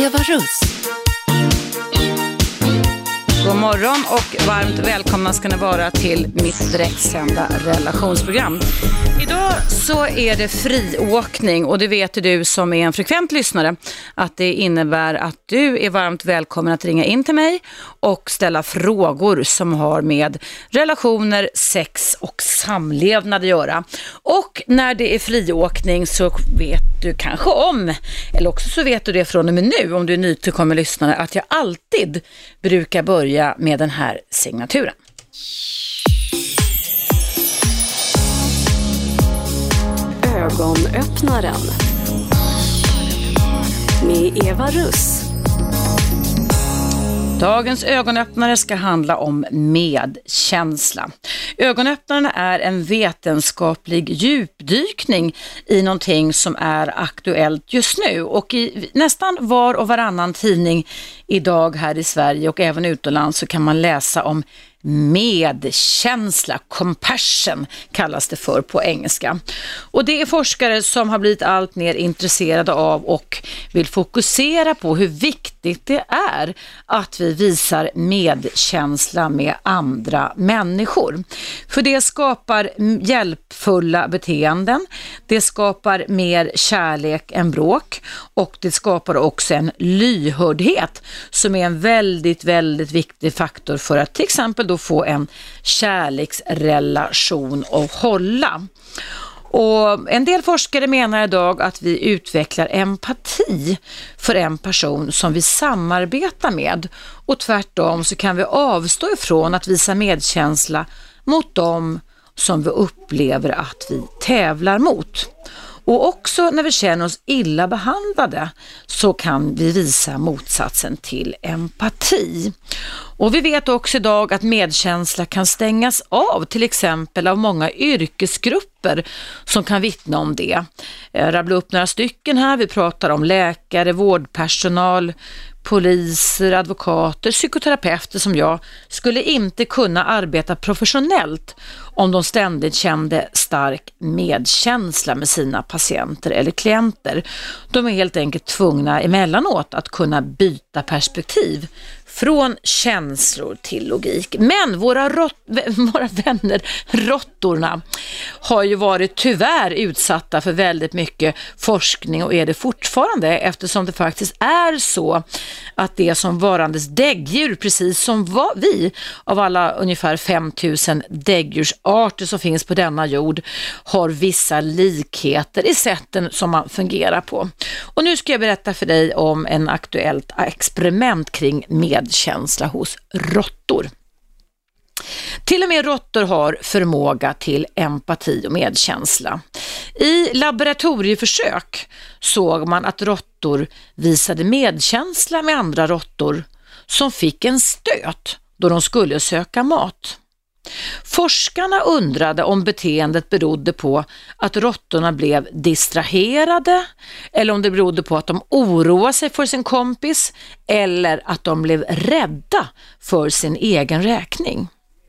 Eva Russ. God morgon och varmt välkomna ska ni vara till mitt direktsända relationsprogram. Idag så är det friåkning och det vet du som är en frekvent lyssnare att det innebär att du är varmt välkommen att ringa in till mig och ställa frågor som har med relationer, sex och samlevnad att göra. Och när det är friåkning så vet du kanske om, eller också så vet du det från och med nu om du är nytillkommen lyssnare, att jag alltid brukar börja med den här signaturen. Ögonöppnaren med Eva Russ. Dagens ögonöppnare ska handla om medkänsla. Ögonöppnaren är en vetenskaplig djupdykning i någonting som är aktuellt just nu. Och i nästan var och varannan tidning idag här i Sverige och även utomlands så kan man läsa om medkänsla, compassion kallas det för på engelska. Och det är forskare som har blivit allt mer intresserade av och vill fokusera på hur viktigt det är att vi visar medkänsla med andra människor. För det skapar hjälpfulla beteenden, det skapar mer kärlek än bråk och det skapar också en lyhördhet som är en väldigt, väldigt viktig faktor för att till exempel då få en kärleksrelation att hålla. Och en del forskare menar idag att vi utvecklar empati för en person som vi samarbetar med och tvärtom så kan vi avstå ifrån att visa medkänsla mot dem som vi upplever att vi tävlar mot. Och också när vi känner oss illa behandlade så kan vi visa motsatsen till empati. Och vi vet också idag att medkänsla kan stängas av till exempel av många yrkesgrupper som kan vittna om det. Jag rabblar upp några stycken här. Vi pratar om läkare, vårdpersonal, poliser, advokater, psykoterapeuter som jag skulle inte kunna arbeta professionellt om de ständigt kände stark medkänsla med sina patienter eller klienter. De är helt enkelt tvungna emellanåt att kunna byta perspektiv från känslor till logik. Men våra vänner, råttorna, har ju varit tyvärr utsatta för väldigt mycket forskning och är det fortfarande eftersom det faktiskt är så att det som varandes däggdjur, precis som vi av alla ungefär 5000 däggdjursarter som finns på denna jord, har vissa likheter i sätten som man fungerar på. Och nu ska jag berätta för dig om en aktuellt experiment kring medkänsla hos råttor. Till och med råttor har förmåga till empati och medkänsla. I laboratorieförsök såg man att råttor visade medkänsla med andra råttor som fick en stöt då de skulle söka mat. Forskarna undrade om beteendet berodde på att råttorna blev distraherade eller om det berodde på att de oroade sig för sin kompis eller att de blev rädda för sin egen räkning.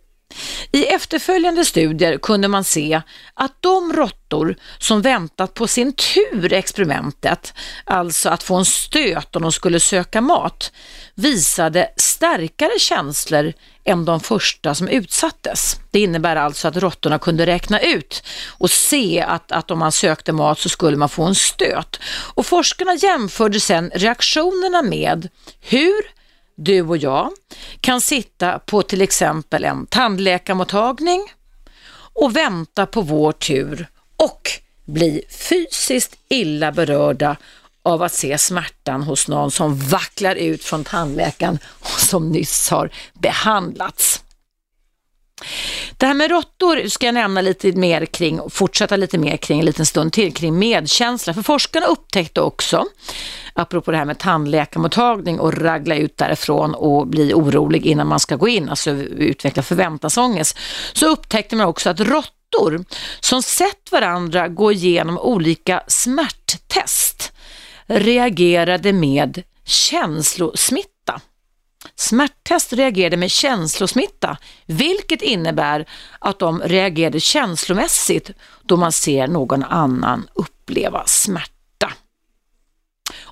I efterföljande studier kunde man se att de råttor som väntat på sin tur i experimentet, alltså att få en stöt om de skulle söka mat, visade starkare känslor än de första som utsattes. Det innebär alltså att råttorna kunde räkna ut och se att om man sökte mat så skulle man få en stöt. Och forskarna jämförde sedan reaktionerna med hur du och jag kan sitta på till exempel en tandläkarmottagning och vänta på vår tur och bli fysiskt illa berörda av att se smärtan hos någon som vacklar ut från tandläkaren och som nyss har behandlats. Det här med råttor ska jag nämna lite mer kring och fortsätta lite mer kring en liten stund till kring medkänsla. För forskarna upptäckte också, apropå det här med tandläkarmottagning och ragla ut därifrån och bli orolig innan man ska gå in, alltså utveckla förväntansångest, så upptäckte man också att råttor som sett varandra gå igenom olika smärttest reagerade med känslosmitta. Smärttest reagerade med känslosmitta, vilket innebär att de reagerade känslomässigt då man ser någon annan uppleva smärta. Och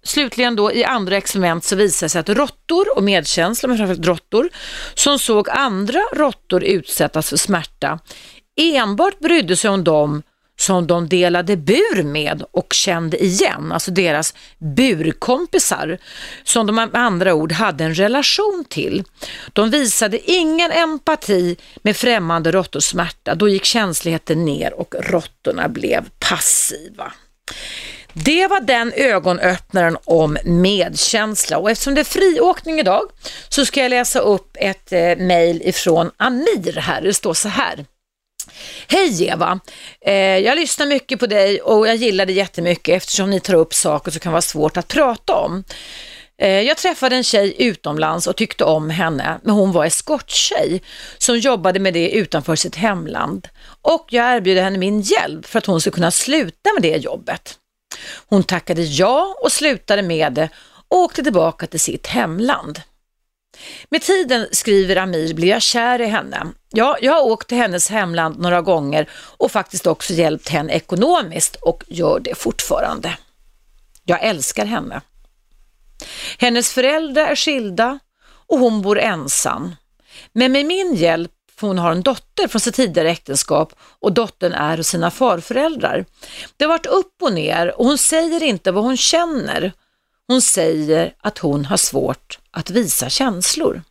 slutligen då i andra experiment så visar sig att råttor och medkänsla, men framförallt råttor, som såg andra råttor utsättas för smärta, enbart brydde sig om dem som de delade bur med och kände igen, alltså deras burkompisar, som de med andra ord hade en relation till. De visade ingen empati med främmande råttors smärta. Då gick känsligheten ner och råttorna blev passiva. Det var den ögonöppnaren om medkänsla, och eftersom det är friåkning idag så ska jag läsa upp ett mejl ifrån Amir här. Det står så här: Hej Eva, jag lyssnar mycket på dig och jag gillar det jättemycket eftersom ni tar upp saker som kan vara svårt att prata om. Jag träffade en tjej utomlands och tyckte om henne, men hon var eskorttjej som jobbade med det utanför sitt hemland, och jag erbjöd henne min hjälp för att hon skulle kunna sluta med det jobbet. Hon tackade ja och slutade med det och åkte tillbaka till sitt hemland. Med tiden, skriver Amir, blir jag kär i henne. Ja, jag har åkt till hennes hemland några gånger och faktiskt också hjälpt henne ekonomiskt och gör det fortfarande. Jag älskar henne. Hennes föräldrar är skilda och hon bor ensam. Men med min hjälp, för hon har en dotter från sitt tidigare äktenskap och dottern är hos sina farföräldrar. Det har varit upp och ner och hon säger inte vad hon känner. Hon säger att hon har svårt att visa känslor.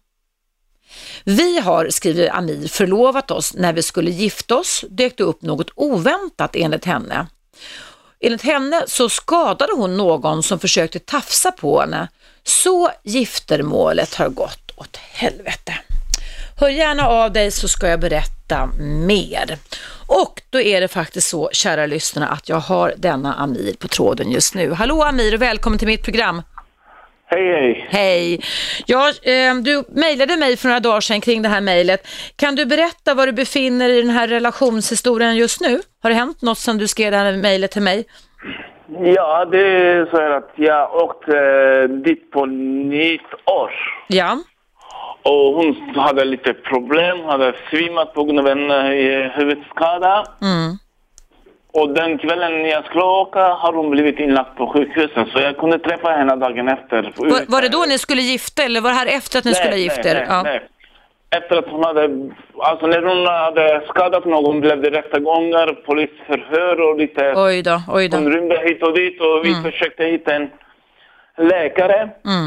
Vi har, skriver Amir, förlovat oss. När vi skulle gifta oss dök det upp något oväntat enligt henne. Enligt henne så skadade hon någon som försökte tafsa på henne. Så giftermålet har gått åt helvete. Hör gärna av dig så ska jag berätta mer. Och då är det faktiskt så, kära lyssnare, att jag har denna Amir på tråden just nu. Hallå Amir och välkommen till mitt program. Hej, hej. Hej. Ja, du mejlade mig för några dagar sedan kring det här mejlet. Kan du berätta var du befinner i den här relationshistorien just nu? Har det hänt något som du skrev det här mejlet till mig? Ja, det är så här att jag åkte dit på nytt år. Ja. Och hon hade lite problem, hade svimmat på grund av en huvudskada. Mm. Och den kvällen jag skulle åka har hon blivit inlagd på sjukhuset. Så jag kunde träffa henne dagen efter. Var det då ni skulle gifta eller var det här efter att ni skulle gifta er? Nej. Efter att hon hade, alltså när hon hade skadat någon blev det rättegångar, polisförhör och lite. Oj då. Hon rymde hit och dit och vi försökte hitta en läkare.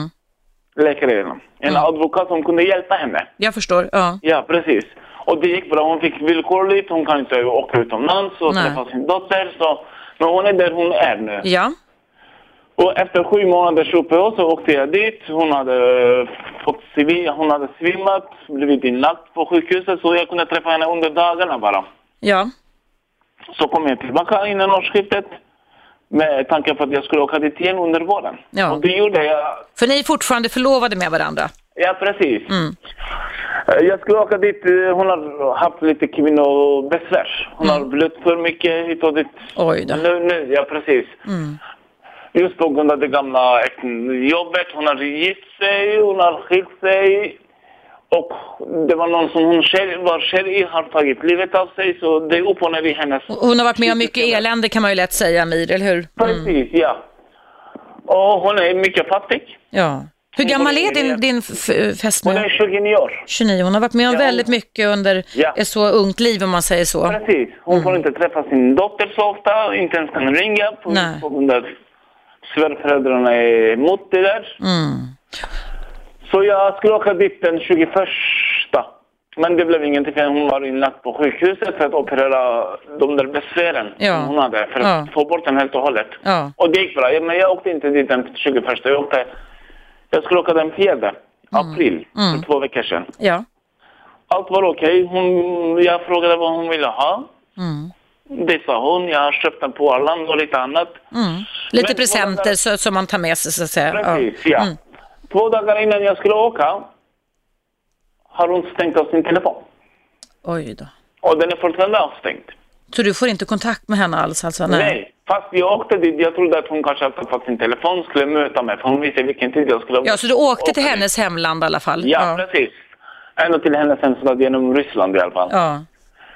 En advokat som kunde hjälpa henne. Jag förstår, ja. Ja, precis. Och det gick bra, hon fick villkorligt, hon kan inte åka utomlands och träffa sin dotter. Så, men hon är där hon är nu. Ja. Och efter 7 månaders uppehåll så åkte jag dit. Hon hade svimmat, blivit inlagd på sjukhuset, så jag kunde träffa henne under dagarna bara. Ja. Så kom jag tillbaka innan årsskiftet med tanke på att jag skulle åka dit igen under våren. Ja. Och det gjorde jag. För ni är fortfarande förlovade med varandra? Ja, precis. Jag skulle åka dit, hon har haft lite kvinnobesvär. Hon har blött för mycket hit och dit. Oj då. Nu, ja, precis. Just på grund av det gamla jobbet. Hon har gift sig, hon har skilt sig. Och det var någon som hon var kär i, har tagit livet av sig. Så det är upp och ner i hennes. Hon har varit med om mycket elände kan man ju lätt säga, Amir, eller hur? Precis, ja. Och hon är mycket fattig. Ja. Hur gammal är din fästmö? Hon är 29 år. 29. Hon har varit med om väldigt mycket under ett så ungt liv, om man säger så. Precis. Hon får inte träffa sin dotter så ofta. Inte ens kan ringa på grund av svärföräldrarna är emot det där. Så jag skulle åka dit den 21. Men det blev ingenting för hon var inlagd på sjukhuset för att operera de där besvären som hon hade. För att få bort den helt och hållet. Ja. Och det gick bra. Men jag åkte inte dit den 21. Jag skulle åka den 4 april, för 2 veckor sedan. Ja. Allt var okej. Jag frågade vad hon ville ha. Det sa hon. Jag har köpt den på Arland och lite annat. Lite men presenter som man tar med sig, så att säga. Precis, ja. 2 dagar innan jag skulle åka har hon stängt av sin telefon. Oj då. Och den är fortfarande avstängd. Så du får inte kontakt med henne alls? Alltså? Nej. Fast jag åkte dit, jag trodde att hon kanske hade tappat sin telefon, skulle möta mig, för hon visste vilken tid jag skulle. Ja, så du åkte till hennes hemland i alla fall? Ja, precis. Ända till hennes hemstad genom Ryssland i alla fall. Ja.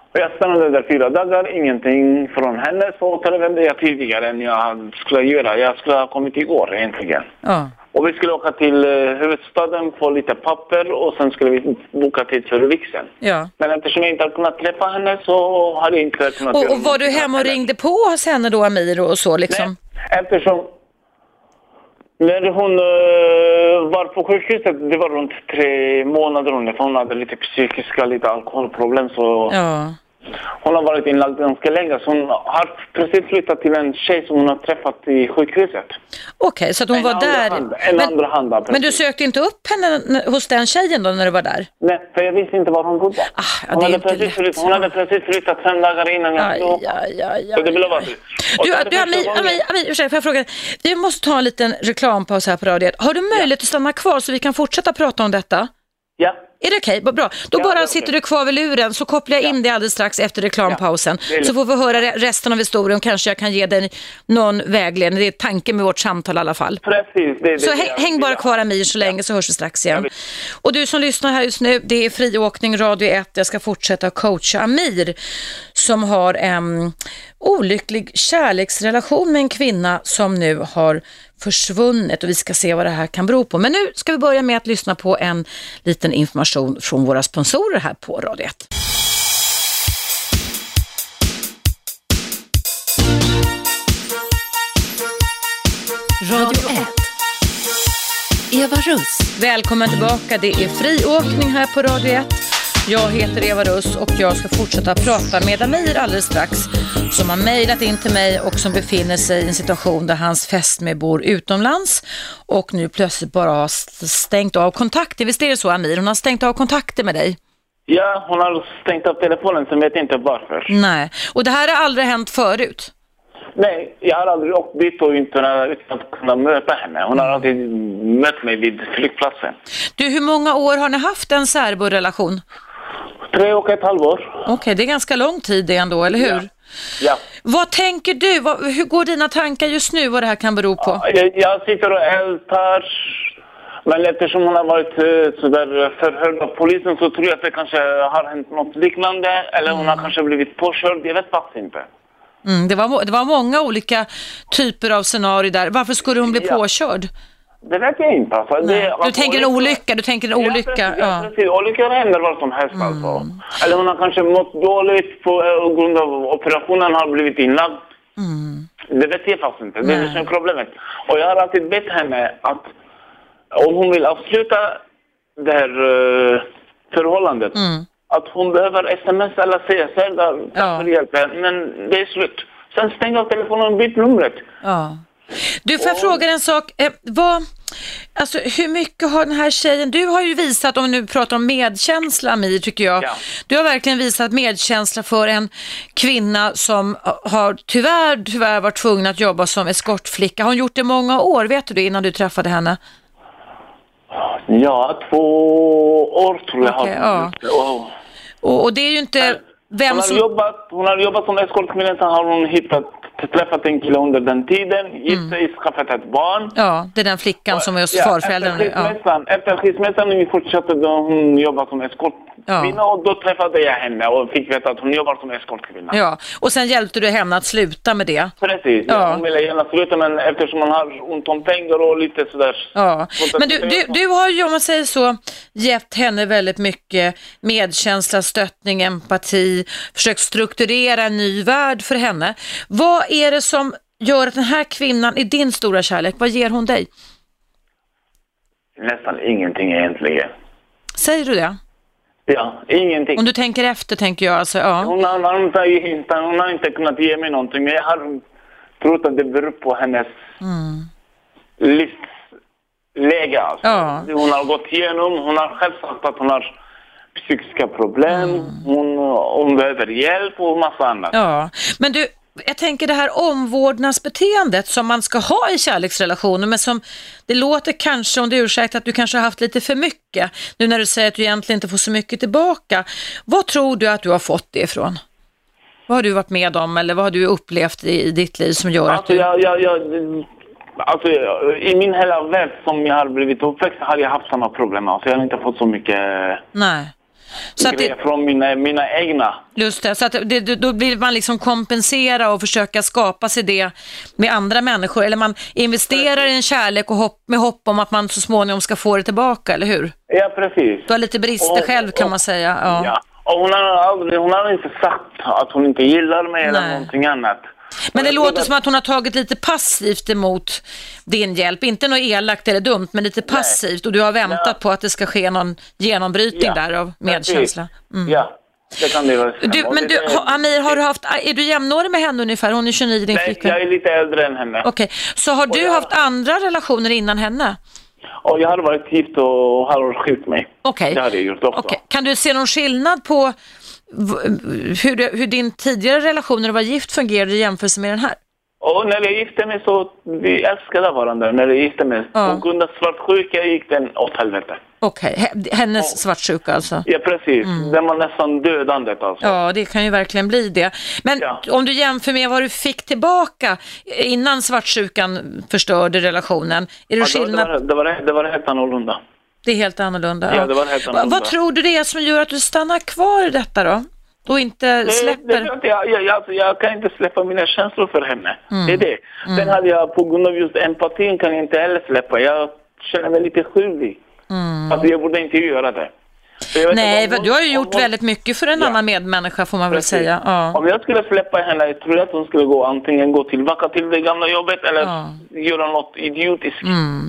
Och jag stannade där 4 dagar, ingenting från henne. Så återvände jag tidigare än jag skulle göra. Jag skulle ha kommit igår egentligen. Ja. Och vi skulle åka till huvudstaden, få lite papper och sen skulle vi boka tid för vigseln. Ja. Men eftersom jag inte har kunnat träffa henne så hade jag inte kunnat göra. Och var du hemma och ringde på hos henne då, Amir, och så liksom? Nej, eftersom när hon var på sjukhuset, det var runt 3 månader hon hade lite psykiska, lite alkoholproblem så... Ja. Hon har varit inlagd ganska länge, så hon har precis flyttat till en tjej som hon har träffat i sjukhuset. Okej, så att hon var där. Andra hand. Men du sökte inte upp henne hos den tjejen då när du var där? Nej, för jag visste inte var hon bodde. Hon hade precis flyttat 5 dagar innan jag skulle åka. Så det blev alltid. Amir, ursäkta, får jag fråga? Vi måste ta en liten reklampaus här på radion. Har du möjlighet att stanna kvar så vi kan fortsätta prata om detta? Ja. Är det okej? Bra. Då bara sitter du kvar vid luren så kopplar jag in dig alldeles strax efter reklampausen. Så får vi höra resten av historien. Kanske jag kan ge dig någon vägledning. Det är tanken med vårt samtal i alla fall. Precis. Så häng bara kvar, Amir, så länge, så hörs vi strax igen. Och du som lyssnar här just nu, det är Friåkning Radio 1. Jag ska fortsätta coacha Amir som har en olycklig kärleksrelation med en kvinna som nu har försvunnit, och vi ska se vad det här kan bero på. Men nu ska vi börja med att lyssna på en liten information från våra sponsorer här på Radio 1. Radio 1. Eva Russ. Välkommen tillbaka, det är Friåkning här på Radio 1. Jag heter Eva Russ och jag ska fortsätta prata med Amir alldeles strax, som har mejlat in till mig och som befinner sig i en situation där hans fästmö bor utomlands och nu plötsligt bara har stängt av kontakter. Visst är det så, Amir? Hon har stängt av kontakter med dig? Ja, hon har stängt av telefonen, så vet inte varför. Nej, och det här har aldrig hänt förut? Nej, jag har aldrig åkt dit och utan att kunna möta henne. Hon har alltid mött mig vid flygplatsen. Du, hur många år har ni haft en särborelation? 3,5 år. Okej, det är ganska lång tid det ändå, eller hur? Ja. Vad tänker du? Hur går dina tankar just nu, vad det här kan bero på? Jag sitter och ältar, men eftersom hon har varit sådär förhörd av polisen så tror jag att det kanske har hänt något liknande. Eller hon har kanske blivit påkörd, jag vet faktiskt inte. Det var många olika typer av scenarier där. Varför skulle hon bli påkörd? Det vet jag inte. Alltså. Du tänker en olycka? Ja, precis. Olyckor händer vad som helst. Alltså. Eller hon har kanske mått dåligt på grund av operationen har blivit inlagd. Det vet jag faktiskt inte. Det är det som är problemet. Och jag har alltid bett henne att om hon vill avsluta det här förhållandet, att hon behöver sms eller CSR där för hjälp. Men det är slut. Sen stäng av telefonen och byt numret. Ja. Du, får jag fråga en sak? Alltså, hur mycket har den här tjejen... Du har ju visat, om vi nu pratar om medkänsla, Amir, tycker jag. Ja. Du har verkligen visat medkänsla för en kvinna som har tyvärr varit tvungen att jobba som eskortflicka. Har hon gjort det många år, vet du det, innan du träffade henne? Ja, 2 år tror jag. Okay, ja. Och det är ju inte... Hon har jobbat som eskortkvinna, så har hon träffat en kille under den tiden, gift sig, skaffat ett barn. Ja, det är den flickan som är hos farföräldrarna. Efter skilsmässan fortsatte hon jobba som eskortkvinna och då träffade jag henne och fick veta att hon jobbar som eskortkvinna. Ja, och sen hjälpte du henne att sluta med det. Precis, hon ville gärna sluta, men eftersom man har ont om pengar och lite sådär. Ja, men du har ju, om man säger så, gett henne väldigt mycket medkänsla, stöttning, empati, försökt strukturera en ny värld för henne. Vad är det som gör att den här kvinnan är din stora kärlek? Vad ger hon dig? Nästan ingenting egentligen. Säger du det? Ja, ingenting. Om du tänker efter, tänker jag. Alltså, ja. Hon har inte kunnat ge mig någonting. Men jag har trott att det beror på hennes livsläge. Alltså. Ja. Hon har gått igenom. Hon har själv sagt att hon har psykiska problem. Hon behöver hjälp och massa annat. Ja, men du... Jag tänker det här omvårdnadsbeteendet som man ska ha i kärleksrelationer, men som det låter kanske, om du ursäktar, att du kanske har haft lite för mycket nu när du säger att du egentligen inte får så mycket tillbaka. Vad tror du att du har fått det ifrån? Vad har du varit med om eller vad har du upplevt i ditt liv som gör att du... Alltså, i min hela värld som jag har blivit uppväxt har jag haft samma problem. Alltså, jag har inte fått så mycket... Nej. Så att från mina egna. Just det, så att då vill man liksom kompensera och försöka skapa sig det med andra människor. Eller man investerar i en kärlek och med hopp om att man så småningom ska få det tillbaka, eller hur? Ja, precis. Du har lite brister själv kan man säga. Ja. Och hon har inte sagt att hon inte gillar mig eller någonting annat. Men det låter som att hon har tagit lite passivt emot din hjälp. Inte något elakt eller dumt, men lite passivt. Och du har väntat på att det ska ske någon genombrytning där av medkänsla. Ja, det kan det vara. Men Amir, är du jämnårig med henne ungefär? Hon är 29, din flicka. Nej, jag är lite äldre än henne. Okej. Så har du haft andra relationer innan henne? Och jag har varit gift och har skilt mig. Okej. Det har jag gjort också. Kan du se någon skillnad på hur din tidigare relation när du var gift fungerade i jämförelse med den här? Och när jag gifte mig så vi älskade varandra. När jag gifte mig på grund av svartsjuka gick den åt helvete. Okej, hennes svartsjuka alltså? Ja, precis. Den var nästan dödandet alltså. Ja, det kan ju verkligen bli det. Men om du jämför med vad du fick tillbaka innan svartsjukan förstörde relationen, är det skillnad? Det var helt annorlunda. Det är helt annorlunda. Ja, det var helt annorlunda. Vad tror du det är som gör att du stannar kvar i detta då? Och inte släpper? Jag kan inte släppa mina känslor för henne. Det är det. Sen hade jag på grund av just empatin kan jag inte heller släppa. Jag känner mig lite skyldig. Alltså jag borde inte göra det. Nej, du har ju gjort väldigt mycket för en annan medmänniska får man väl säga. Ja. Om jag skulle släppa henne, jag tror att hon skulle antingen gå tillbaka till det gamla jobbet eller göra något idiotiskt.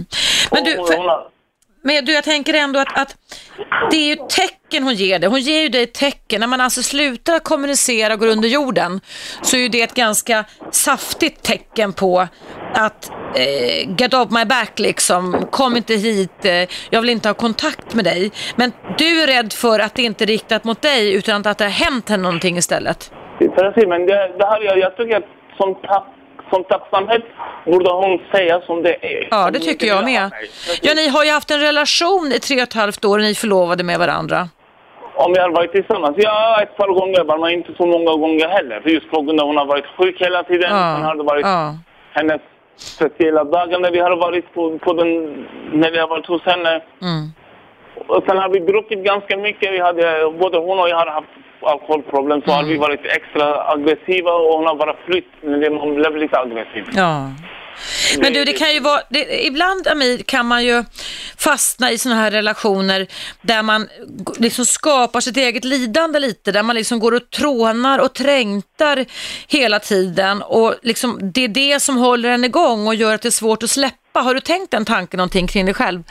Men jag tänker ändå att det är ju tecken hon ger dig. Hon ger ju dig tecken. När man alltså slutar kommunicera och går under jorden så är ju det ett ganska saftigt tecken på att get off my back liksom. Kom inte hit, jag vill inte ha kontakt med dig. Men du är rädd för att det inte är riktat mot dig utan att det har hänt henne någonting istället. Precis, men det här jag tycker att som tacksamhet borde hon säga som det är. Ja, det tycker jag med. Ja, ni har ju haft en relation i 3,5 år och ni förlovade med varandra. Om jag har varit tillsammans? Ja, ett par gånger, men inte så många gånger heller. För just på grund av hon har varit sjuk hela tiden. Sen har det varit hennes speciella dagar när vi har varit på den, när vi har varit hos henne. Och sen har vi druckit ganska mycket. Vi hade, både hon och jag har haft alkoholproblem, så har vi varit extra aggressiva och hon har bara flytt när man blev lite aggressiv. Ja. Men det kan ju vara, ibland Amir kan man ju fastna i såna här relationer där man liksom skapar sitt eget lidande lite, där man liksom går och trånar och trängtar hela tiden och liksom det är det som håller en igång och gör att det är svårt att släppa. Har du tänkt den tanken någonting kring dig själv?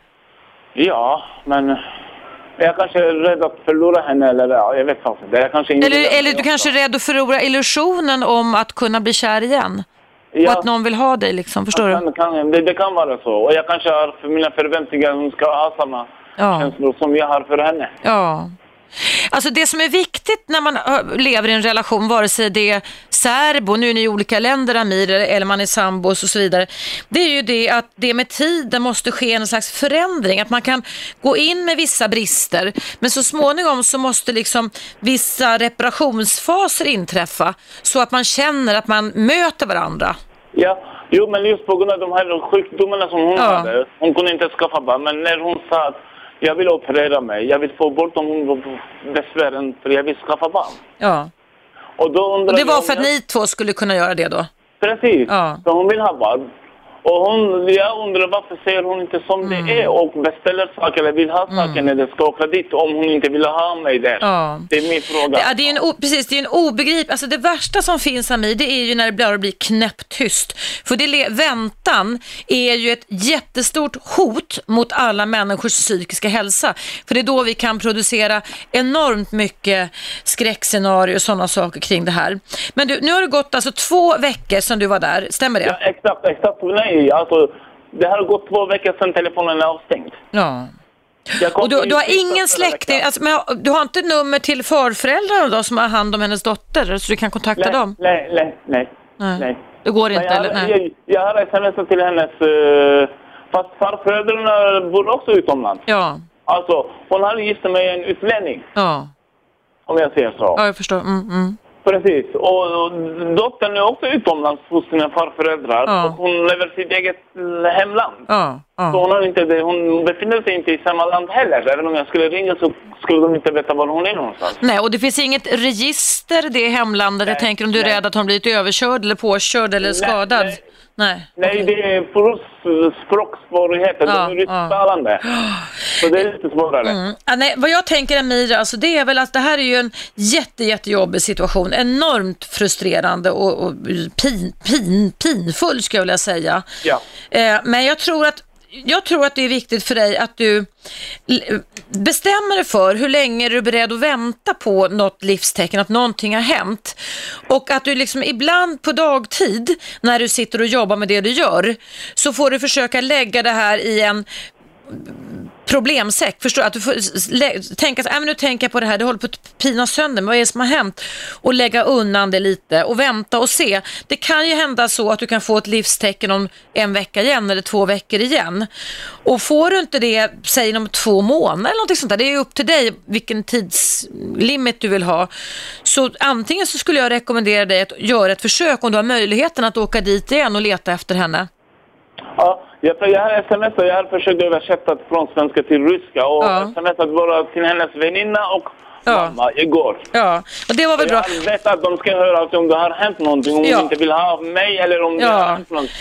Ja, men jag kanske är rädd att förlora henne eller jag vet inte. Eller du kanske är rädd att förlora illusionen om att kunna bli kär igen. Ja. Och att någon vill ha dig liksom, förstår du? Det kan vara så. Och jag kanske har för mina förväntningar att hon ska ha samma känslor som jag har för henne. Ja. Alltså det som är viktigt när man lever i en relation, vare sig det är särbo, nu är ni i olika länder Amir, eller man är sambos och så vidare, det är ju det att det med tiden måste ske en slags förändring, att man kan gå in med vissa brister, men så småningom så måste liksom vissa reparationsfaser inträffa så att man känner att man möter varandra. Ja, jo, men just på grund av de här sjukdomarna som hon hade, hon kunde inte skaffa barn, men när hon sa att jag vill operera mig, jag vill få bort de besvären för jag vill skaffa barn. Ja. Och det var för att ni två skulle kunna göra det då? Precis, så hon vill ha barn. Och jag undrar varför säger hon inte som det är och beställer saker eller vill ha saker när det ska åka dit om hon inte vill ha mig där. Ja. Det är min fråga. Ja, det är precis, det är en obegrip. Alltså det värsta som finns av mig, det är ju när det blir knäpptyst. För väntan är ju ett jättestort hot mot alla människors psykiska hälsa. För det är då vi kan producera enormt mycket skräckscenarier och sådana saker kring det här. Men du, nu har det gått alltså 2 veckor sedan du var där, stämmer det? Ja, exakt. Nej. Alltså, det har gått 2 veckor sedan telefonen är avstängd. Ja. Och du har ingen släkting, alltså, men du har inte nummer till farföräldrarna då som har hand om hennes dotter så du kan kontakta dem? Nej. Det går inte, eller? Nej. Jag har sms till hennes, fast farföräldrarna bor också utomlands. Ja. Alltså, hon har gift med en utlänning. Ja. Om jag säger så. Ja, jag förstår. Precis, och dottern är också utomlands hos sina farföräldrar och hon lever sitt eget hemland. Så hon har inte det. Hon befinner sig inte i samma land heller. Även om jag skulle ringa så skulle de inte veta var hon är någonstans. Nej, och det finns inget register i det hemlandet. Jag tänker om du är rädd att hon blivit överkörd eller påkörd eller skadad. Nej, det är språksvårigheter. De är rysktalande. Så det är lite svårare. Nej, vad jag tänker, Amir, alltså det är väl att det här är ju en jättejobbig situation. Enormt frustrerande och pinfull, skulle jag vilja säga. Ja. Men jag tror att det är viktigt för dig att du bestämmer dig för hur länge du är beredd att vänta på något livstecken, att någonting har hänt. Och att du liksom ibland på dagtid, när du sitter och jobbar med det du gör, så får du försöka lägga det här i en problemsäck. Förstår du? Att du får tänka så, nu tänker jag på det här, det håller på att pina sönder, men vad är det som har hänt? Och lägga undan det lite och vänta och se. Det kan ju hända så att du kan få ett livstecken om 1 vecka igen eller 2 veckor igen. Och får du inte det, säg inom 2 månader eller något sånt där, det är upp till dig vilken tidslimit du vill ha. Så antingen så skulle jag rekommendera dig att göra ett försök om du har möjligheten att åka dit igen och leta efter henne. Ja. Jag har smsat och jag har försökt översätta från svenska till ryska och smsat bara till hennes väninna och mamma igår. Ja, och det var väl bra. Jag vet att de ska höra att om det har hänt någonting, om de inte vill ha mig eller om det har hänt någonting.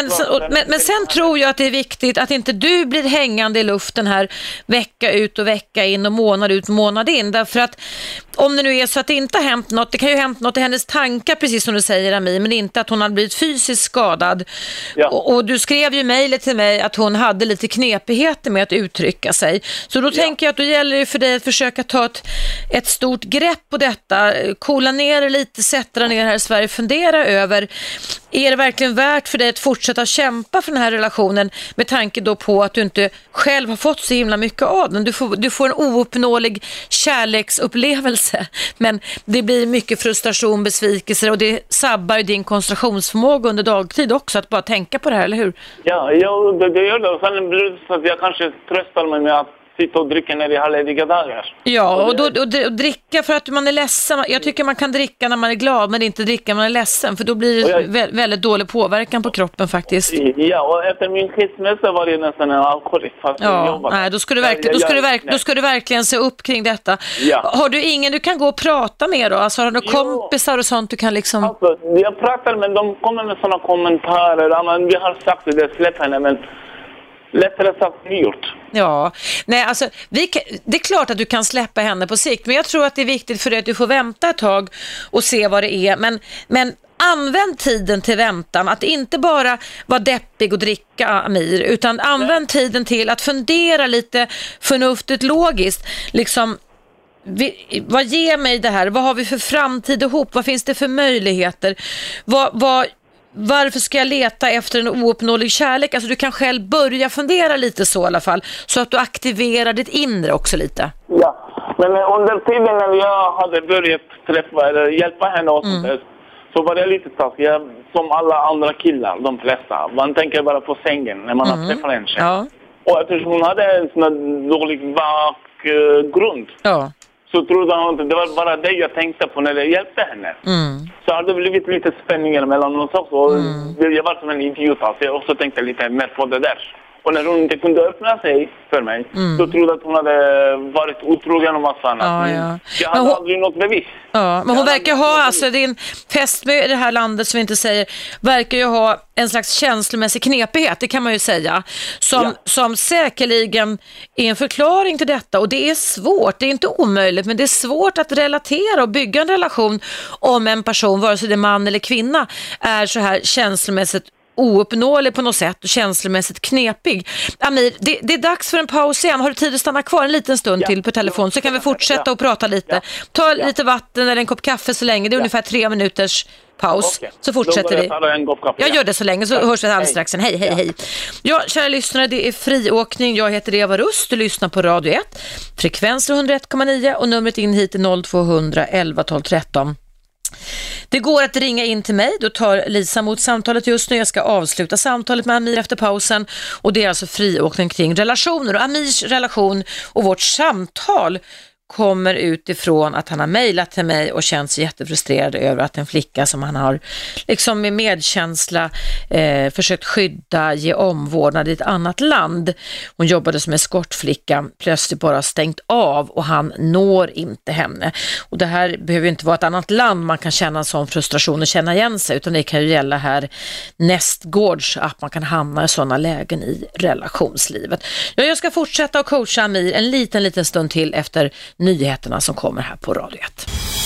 Men sen tror jag att det är viktigt att inte du blir hängande i luften här vecka ut och vecka in och månad ut och månad in. Därför att om det nu är så att det inte har hänt något, det kan ju ha hänt något i hennes tankar, precis som du säger, Ami, men inte att hon har blivit fysiskt skadad. Ja. Och du skrev ju mejlet till mig att hon hade lite knepigheter med att uttrycka sig. Så då tänker jag att då gäller det för dig att försöka ta ett stort grepp på detta, kolla ner det lite, sätta dig ner här i Sverige, fundera över, är det verkligen värt för dig att fortsätta kämpa för den här relationen med tanke då på att du inte själv har fått så himla mycket av den. Du får en ouppnåelig kärleksupplevelse, men det blir mycket frustration, besvikelser och det sabbar din koncentrationsförmåga under dagtid också, att bara tänka på det här, eller hur? Ja, det gör det. Och sen blir det så att jag kanske tröstar mig med att sitta och dricka när vi har lediga dagar. Ja, och dricka för att man är ledsen. Jag tycker man kan dricka när man är glad, men inte dricka när man är ledsen, för då blir det väldigt dålig påverkan på kroppen faktiskt. Ja, och efter min skilsmässa var det nästan en alkoholist. Nej, då ska du verkligen se upp kring detta. Ja. Har du ingen du kan gå och prata med då? Alltså har du kompisar och sånt du kan liksom... Alltså, jag pratar, men de kommer med sådana kommentarer. Ja, men vi har sagt det, släpp henne, men lättare sagt än gjort. Ja, nej alltså det är klart att du kan släppa henne på sikt, men jag tror att det är viktigt för dig att du får vänta ett tag och se vad det är, men använd tiden till väntan, att inte bara vara deppig och dricka, Amir, utan använd tiden till att fundera lite förnuftigt, logiskt, liksom vad ger mig det här, vad har vi för framtid ihop, vad finns det för möjligheter, varför ska jag leta efter en ouppnåelig kärlek? Alltså du kan själv börja fundera lite så i alla fall, så att du aktiverar ditt inre också lite. Ja, men under tiden när jag hade börjat träffa eller hjälpa henne och sånt där, så var det lite taskig. Som alla andra killar, de flesta. Man tänker bara på sängen när man har träffat en tjej. Ja. Och eftersom hon hade en sån här dålig bakgrund. Ja. Så trodde hon att det var bara det jag tänkte på när jag hjälpte henne. Så hade det blivit lite spänningar mellan oss också. Jag var som en idiot. Alltså. Jag också tänkte lite mer på det där. Och när hon inte kunde öppna sig för mig, så trodde att hon hade varit otrogen och massa annat. Ja. Jag hade aldrig något bevis. Ja, men hon verkar ha, alltså din fästmö i det här landet som vi inte säger, verkar ju ha en slags känslomässig knepighet, det kan man ju säga, som säkerligen är en förklaring till detta. Och det är svårt, det är inte omöjligt, men det är svårt att relatera och bygga en relation om en person, vare sig det är man eller kvinna, är så här känslomässigt ouppnåelig på något sätt och känslomässigt knepig. Amir, det är dags för en paus igen. Har du tid att stanna kvar en liten stund till på telefon, så kan vi fortsätta och prata lite. Ta lite vatten eller en kopp kaffe så länge. Det är ungefär 3 minuters paus. Så fortsätter vi. Jag gör det så länge, så hörs vi alldeles strax. Hej. Ja, kära lyssnare, det är friåkning. Jag heter Eva Rust. Du lyssnar på Radio 1. Frekvens 101,9 och numret in hit är 0200 11 12 13. Det går att ringa in till mig, då tar Lisa mot samtalet just nu. Jag ska avsluta samtalet med Amir efter pausen, och det är alltså friåkning kring relationer och Amirs relation, och vårt samtal kommer utifrån att han har mejlat till mig och känt sig jättefrustrerad över att en flicka som han har liksom med medkänsla försökt skydda, ge omvårdnad i ett annat land. Hon jobbade som eskortflicka, plötsligt bara stängt av och han når inte henne. Och det här behöver inte vara ett annat land man kan känna en sån frustration och känna igen sig, utan det kan ju gälla här nästgårds att man kan hamna i sådana lägen i relationslivet. Ja, jag ska fortsätta att coacha Amir en liten stund till efter nyheterna som kommer här på Radio 1.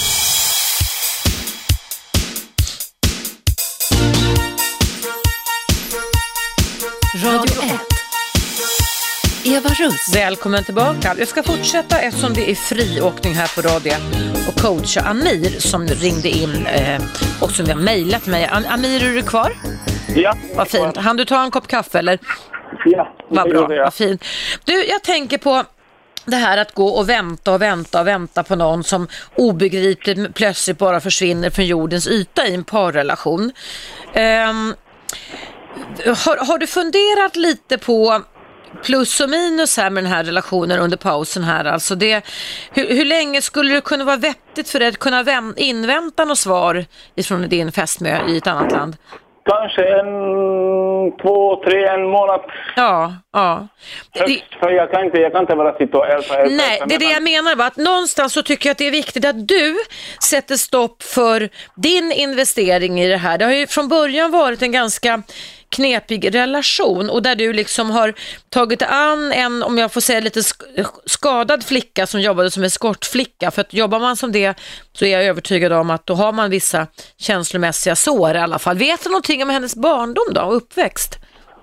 Radio 1. Eva Russ. Välkommen tillbaka. Jag ska fortsätta eftersom det är friåkning här på Radio 1 och coacha Amir som ringde in och som vi har mejlat mig. Amir, är du kvar? Ja. Vad fint. Han du ta en kopp kaffe eller? Ja. Vad bra, vad fint. Du, jag tänker på det här att gå och vänta på någon som obegripligt plötsligt bara försvinner från jordens yta i en parrelation. Har du funderat lite på plus och minus här med den här relationen under pausen här? Alltså hur länge skulle det kunna vara vettigt för dig att kunna invänta något svar ifrån din fästmö i ett annat land? Kanske 1, 2, 3, en månad. Ja. För jag kan inte bara sitta och älta. Nej, det är det jag menar. Att någonstans så tycker jag att det är viktigt att du sätter stopp för din investering i det här. Det har ju från början varit en ganska knepig relation och där du liksom har tagit an en, om jag får säga lite skadad flicka som jobbade som eskortflicka, för att jobbar man som det så är jag övertygad om att då har man vissa känslomässiga sår i alla fall. Vet du någonting om hennes barndom då och uppväxt?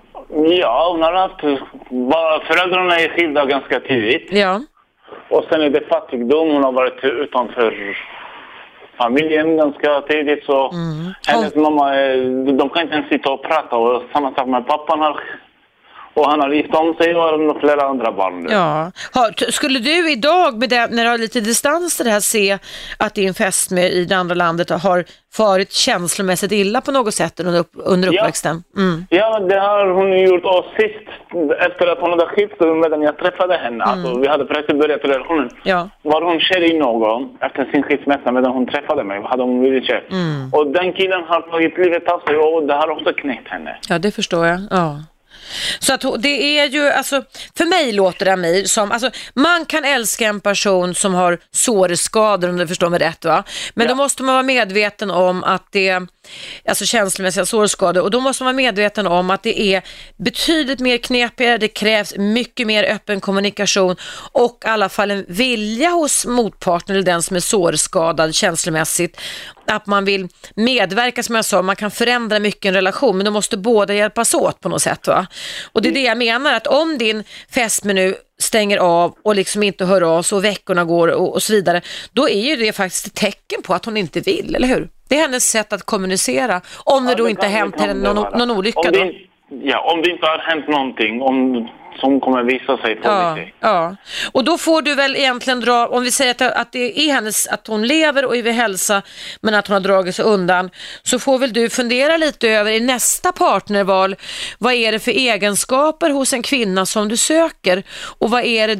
Ja, hon har haft föräldrarna är skilda ganska tidigt. Ja. Och sen är det fattigdom, hon har varit utanför familjen ganska tidigt så hennes mamma, de kan inte ens sitta och prata och samma sak med pappan och han har gift om sig och har flera andra barn. Ja. Skulle du idag med det, när du har lite distans till det här se att din fästmö i det andra landet har farit känslomässigt illa på något sätt under uppväxten? Ja, det har hon gjort och sist efter att hon hade skilt medan jag träffade henne. Alltså, vi hade precis börjat relationen. Ja. Var hon kär i någon efter sin skilsmässa medan hon träffade mig. Hade hon blivit kär. Och den killen har tagit livet av sig och det har också knäckt henne. Ja, det förstår jag. Ja. Så att det är ju, alltså, för mig låter det Amir som, alltså, man kan älska en person som har sårskador, om du förstår mig rätt, va? Men då måste man vara medveten om att det, alltså känslomässiga sårskador, och då måste man vara medveten om att det är betydligt mer knepigare, det krävs mycket mer öppen kommunikation och i alla fall en vilja hos motparten eller den som är sårskadad känslomässigt, att man vill medverka, som jag sa, man kan förändra mycket i en relation, men då måste båda hjälpas åt på något sätt, va? Och det är det jag menar, att om din fästmö nu stänger av och liksom inte hör av sig och veckorna går och så vidare, då är ju det faktiskt ett tecken på att hon inte vill, eller hur? Det är hennes sätt att kommunicera, om det då inte har hänt någon olycka då. Om det inte har hänt någonting, som kommer visa sig på sig. Ja, och då får du väl egentligen dra, om vi säger att det är hennes, att hon lever och är vid hälsa men att hon har dragit sig undan, så får väl du fundera lite över i nästa partnerval, vad är det för egenskaper hos en kvinna som du söker, och vad är det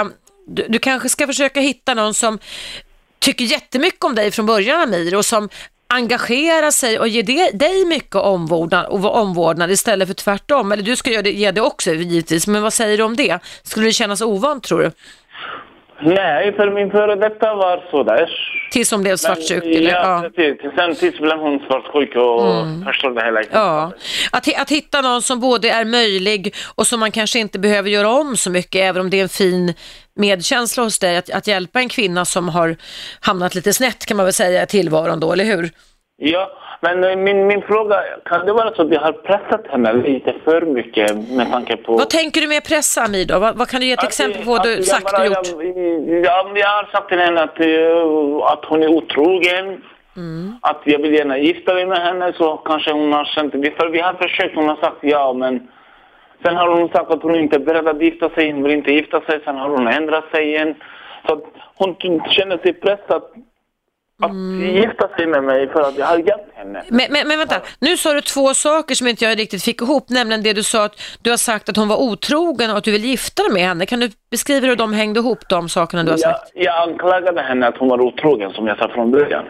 du kanske ska försöka hitta någon som tycker jättemycket om dig från början, Amir, och som engagera sig och ge dig mycket omvårdnad istället för tvärtom. Eller du ska ge det också givetvis, men vad säger du om det? Skulle det kännas ovant, tror du? Nej, för min före detta var sådär. Tills hon blev svartsjuk? Sen tills blev hon svartsjuk och förstod det hela. Ja. Att hitta någon som både är möjlig och som man kanske inte behöver göra om så mycket, även om det är en fin medkänsla hos dig, att hjälpa en kvinna som har hamnat lite snett, kan man väl säga, i tillvaron då, eller hur? Ja, men min fråga, kan det vara så att jag har pressat henne lite för mycket med tanke på... Vad tänker du med pressa, Amir då? Vad kan du ge ett exempel på vad du sagt och gjort? Jag har sagt till henne att hon är otrogen, att jag vill gärna gifta mig med henne, så kanske hon har känt det. För vi har försökt, hon har sagt ja, men sen har hon sagt att hon inte är beredd att gifta sig, hon vill inte gifta sig, sen har hon ändrat sig igen. Så hon känner sig pressad att gifta sig med mig för att jag har hjälpt henne. Men vänta, nu sa du 2 saker som inte jag riktigt fick ihop, nämligen det du sa att du har sagt att hon var otrogen och att du vill gifta dig med henne. Kan du beskriva hur de hängde ihop, de sakerna du har sagt? Jag anklagade henne att hon var otrogen, som jag sa från början.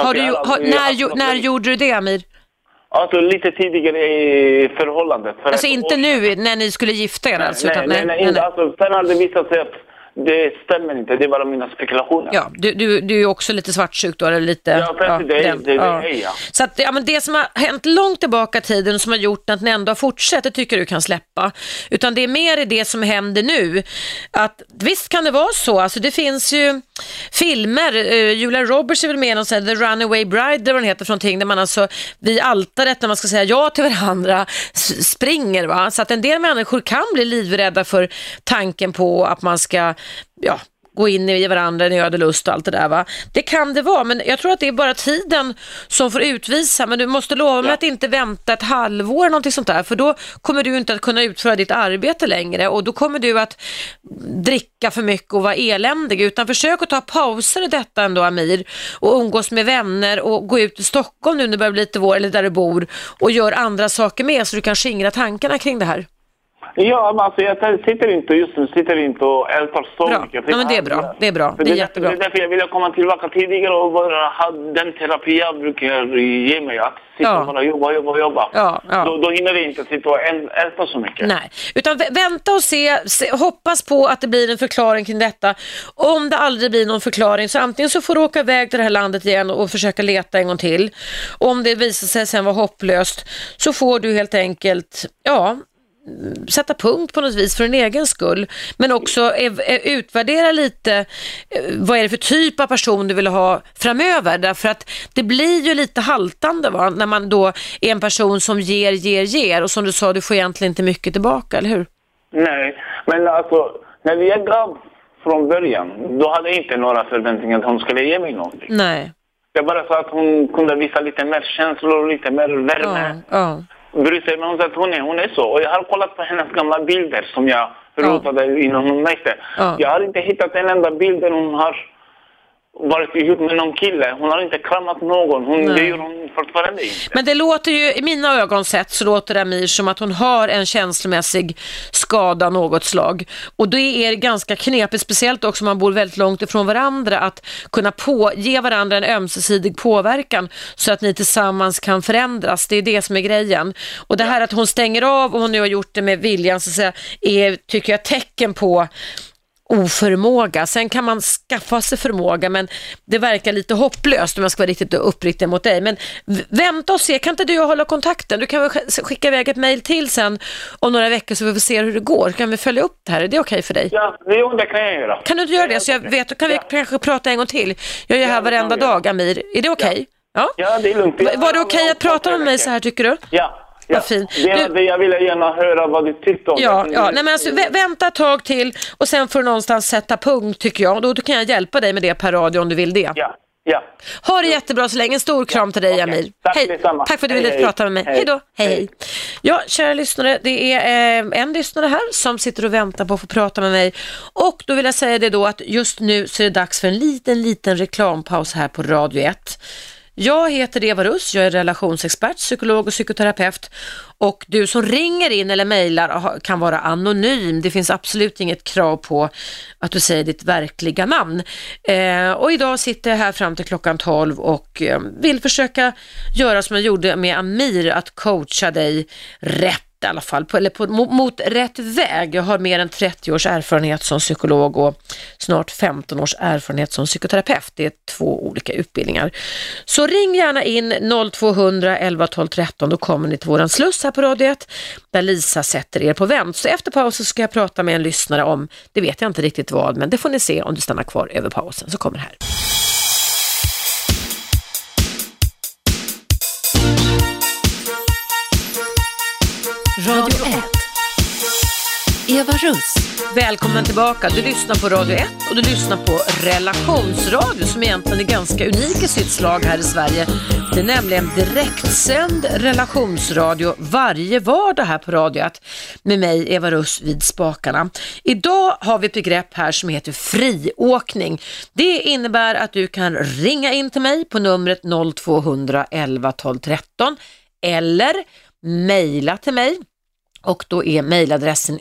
När gjorde du det, Amir? Alltså lite tidigare i förhållandet. Alltså inte nu när ni skulle gifta er? Nej. Alltså, sen har det visat sig att det stämmer inte, det är bara mina spekulationer. Ja, du är ju också lite svartsjuk då, eller lite... Ja, det är jag. Så att, men det som har hänt långt tillbaka i tiden och som har gjort att ni ändå har fortsatt, det tycker du kan släppa. Utan det är mer i det som händer nu. Att visst kan det vara så, alltså det finns ju filmer, Julia Roberts är väl med och säger The Runaway Bride, det vad den heter för någonting, där man alltså vid altaret när man ska säga ja till varandra springer, va? Så att en del människor kan bli livrädda för tanken på att man ska gå in i varandra i ödelust och allt det där, va? Det kan det vara, men jag tror att det är bara tiden som får utvisa, men du måste lova mig att inte vänta ett halvår eller någonting sånt där, för då kommer du inte att kunna utföra ditt arbete längre och då kommer du att dricka för mycket och vara eländig, utan försök att ta pauser i detta ändå, Amir, och umgås med vänner och gå ut i Stockholm nu när det börjar bli lite vår, eller där du bor, och gör andra saker med så du kan skingra tankarna kring det här. Ja, men alltså jag sitter inte och ältar så mycket. Ja, men det är bra. Det är jättebra. Det är därför jag vill komma tillbaka tidigare och bara ha den terapi jag brukar ge mig. Att sitta och bara jobba. Då hinner vi inte sitta och älta så mycket. Nej, utan vänta och se, hoppas på att det blir en förklaring kring detta. Om det aldrig blir någon förklaring så antingen så får du åka iväg till det här landet igen och försöka leta en gång till. Om det visar sig sen vara hopplöst så får du helt enkelt, sätta punkt på något vis för en egen skull, men också utvärdera lite vad är det för typ av person du vill ha framöver, därför att det blir ju lite haltande, va? När man då är en person som ger och som du sa, du får egentligen inte mycket tillbaka, eller hur? Nej, men alltså när jag gav från början, då hade jag inte några förväntningar att hon skulle ge mig någonting. Nej. Jag bara sa att hon kunde visa lite mer känslor och lite mer värme. Bryr sig, men hon sa att hon är så. Och jag har kollat på hennes gamla bilder som jag rotade innan hon mätte. Jag har inte hittat en enda bild där hon har varit ihop med någon kille. Hon har inte kramat någon. Det gör hon fortfarande inte. Men det låter ju, i mina ögon sett så låter det Amir som att hon har en känslomässig skada av något slag. Och det är ganska knepigt, speciellt också om man bor väldigt långt ifrån varandra, att kunna ge varandra en ömsesidig påverkan så att ni tillsammans kan förändras. Det är det som är grejen. Och det här att hon stänger av, och hon nu har gjort det med viljan, så att säga, tycker jag, tecken på oförmåga. Sen kan man skaffa sig förmåga, men det verkar lite hopplöst om jag ska vara riktigt uppriktig mot dig. Men vänta och se, kan inte du hålla kontakten? Du kan väl skicka iväg ett mejl till sen om några veckor så vi får se hur det går. Kan vi följa upp det här? Är det okej för dig? Ja, det kan jag göra. Kan du inte göra det? Så jag vet, då kan vi kanske prata en gång till. Jag är här varenda dag, Amir. Är det okej? Ja, det är lugnt. Var det okej att prata med mig så här, tycker du? Ja. Vad fint. Jag vill gärna höra vad du tyckte om det. Nej, men alltså, vänta ett tag till och sen får du någonstans sätta punkt, tycker jag. Då kan jag hjälpa dig med det per radio om du vill det. Ja. Ha det jättebra så länge. En stor kram till dig, Amir. Hej. Tack för att du ville prata med mig. Hej då. Hej. Ja, kära lyssnare, det är en lyssnare här som sitter och väntar på att få prata med mig. Och då vill jag säga det då att just nu så är det dags för en liten reklampaus här på Radio 1. Jag heter Eva Russ, jag är relationsexpert, psykolog och psykoterapeut, och du som ringer in eller mejlar kan vara anonym. Det finns absolut inget krav på att du säger ditt verkliga namn. Och idag sitter jag här fram till klockan 12 och vill försöka göra som jag gjorde med Amir, att coacha dig rätt i alla fall, mot rätt väg. Jag har mer än 30 års erfarenhet som psykolog och snart 15 års erfarenhet som psykoterapeut. Det är 2 olika utbildningar. Så ring gärna in 0200 11 12 13, då kommer ni till våran sluss här på Radio 1 där Lisa sätter er på vänt. Så efter pausen ska jag prata med en lyssnare om, det vet jag inte riktigt vad, men det får ni se om du stannar kvar över pausen, så kommer det här. Radio 1. Eva Russ. Välkommen tillbaka. Du lyssnar på Radio 1 och du lyssnar på relationsradio som egentligen är ganska unik i sitt slag här i Sverige. Det är nämligen direktsänd relationsradio varje vardag här på Radio 1 med mig Eva Russ vid spakarna. Idag har vi ett begrepp här som heter friåkning. Det innebär att du kan ringa in till mig på numret 0200 11 12 13 eller mejla till mig. Och då är mejladressen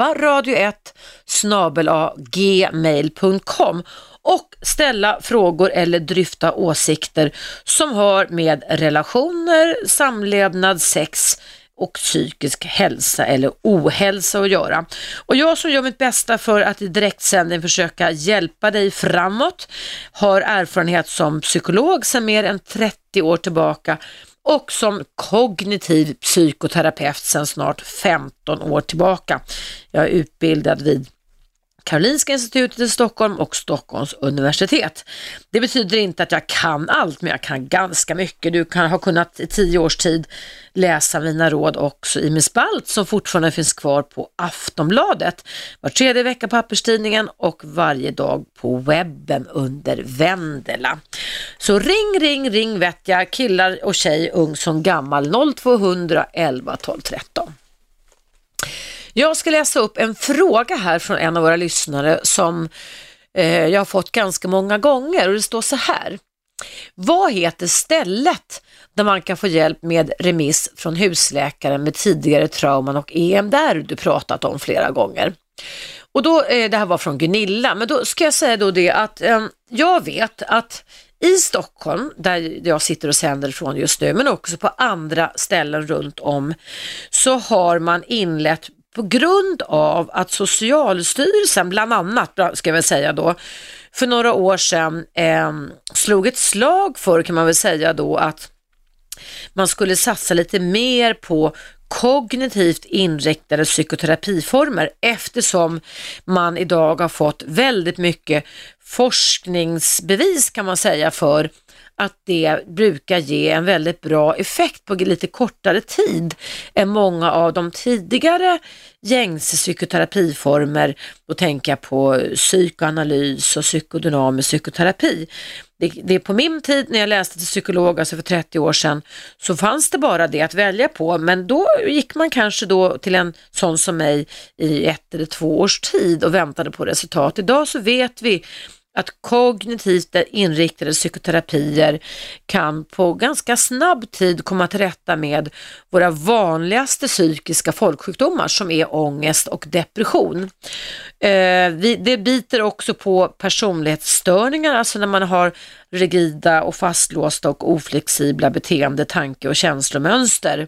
evaradio1@gmail.com och ställa frågor eller dryfta åsikter som har med relationer, samlevnad, sex och psykisk hälsa eller ohälsa att göra. Och jag som gör mitt bästa för att i direktsändning försöka hjälpa dig framåt har erfarenhet som psykolog sedan mer än 30 år tillbaka och som kognitiv psykoterapeut sedan snart 15 år tillbaka. Jag är utbildad vid Karolinska institutet i Stockholm och Stockholms universitet. Det betyder inte att jag kan allt, men jag kan ganska mycket. Du kan ha kunnat i 10 års tid läsa mina råd också i min spalt som fortfarande finns kvar på Aftonbladet. Var 3:e vecka på papperstidningen och varje dag på webben under Vendela. Så ring vet jag, killar och tjej, ung som gammal, 0200 11 12 13. Jag ska läsa upp en fråga här från en av våra lyssnare som jag har fått ganska många gånger och det står så här. Vad heter stället där man kan få hjälp med remiss från husläkaren med tidigare trauman och EMDR du pratat om flera gånger? Och då, det här var från Gunilla, men då ska jag säga då det att jag vet att i Stockholm, där jag sitter och sänder från just nu, men också på andra ställen runt om, så har man inlett på grund av att Socialstyrelsen bland annat, ska jag väl säga då, för några år sedan slog ett slag för, kan man väl säga då, att man skulle satsa lite mer på kognitivt inriktade psykoterapiformer eftersom man idag har fått väldigt mycket forskningsbevis, kan man säga, för att det brukar ge en väldigt bra effekt på lite kortare tid än många av de tidigare gängse psykoterapiformer. Då tänker jag på psykoanalys och psykodynamisk psykoterapi. Det är på min tid när jag läste till psykolog, alltså för 30 år sedan, så fanns det bara det att välja på, men då gick man kanske då till en sån som mig i 1 eller 2 års tid och väntade på resultat. Idag så vet vi att kognitivt inriktade psykoterapier kan på ganska snabb tid komma till rätta med våra vanligaste psykiska folksjukdomar som är ångest och depression. Det biter också på personlighetsstörningar, alltså när man har rigida och fastlåsta och oflexibla beteende, tanke- och känslomönster.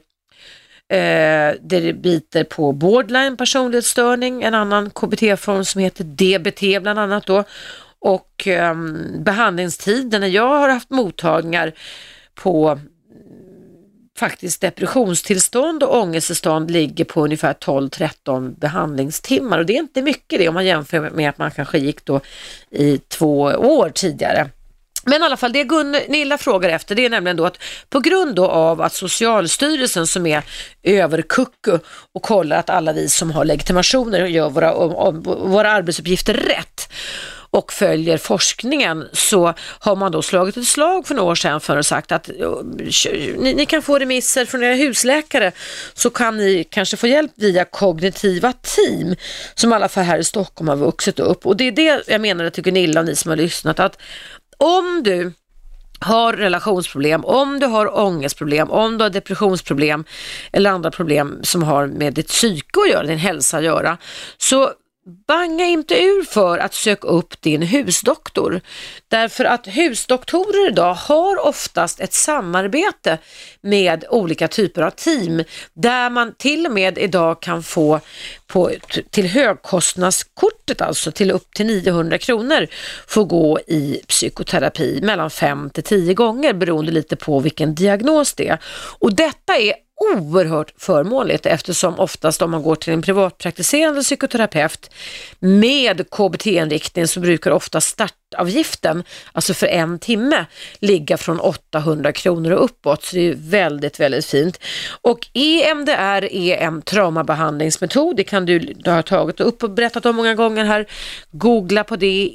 Det biter på borderline personlighetsstörning, en annan KBT-form som heter DBT bland annat då. Och behandlingstiden när jag har haft mottagningar på faktiskt depressionstillstånd och ångesttillstånd ligger på ungefär 12-13 behandlingstimmar. Och det är inte mycket det om man jämför med att man kanske gick då i 2 år tidigare. Men i alla fall, det Gunilla frågar efter, det är nämligen då att på grund då av att Socialstyrelsen som är överkucku och kollar att alla vi som har legitimationer gör våra arbetsuppgifter rätt och följer forskningen, så har man då slagit ett slag för några år sedan för att sagt att ni kan få remisser från era husläkare, så kan ni kanske få hjälp via kognitiva team som i alla fall här i Stockholm har vuxit upp. Och det är det jag menar till Gunilla och ni som har lyssnat, att om du har relationsproblem, om du har ångestproblem, om du har depressionsproblem eller andra problem som har med ditt psyke att göra, din hälsa att göra, så banga inte ur för att söka upp din husdoktor. Därför att husdoktorer idag har oftast ett samarbete med olika typer av team där man till och med idag kan få till högkostnadskortet, alltså till upp till 900 kronor, få gå i psykoterapi mellan 5 till 10 gånger beroende lite på vilken diagnos det är. Och detta är oerhört förmånligt, eftersom oftast om man går till en privatpraktiserande psykoterapeut med KBT-inriktning så brukar ofta startavgiften, alltså för 1 timme, ligga från 800 kronor och uppåt. Så det är väldigt, väldigt fint. Och EMDR är en traumabehandlingsmetod. Det kan du ha tagit upp och berättat om många gånger här. Googla på det,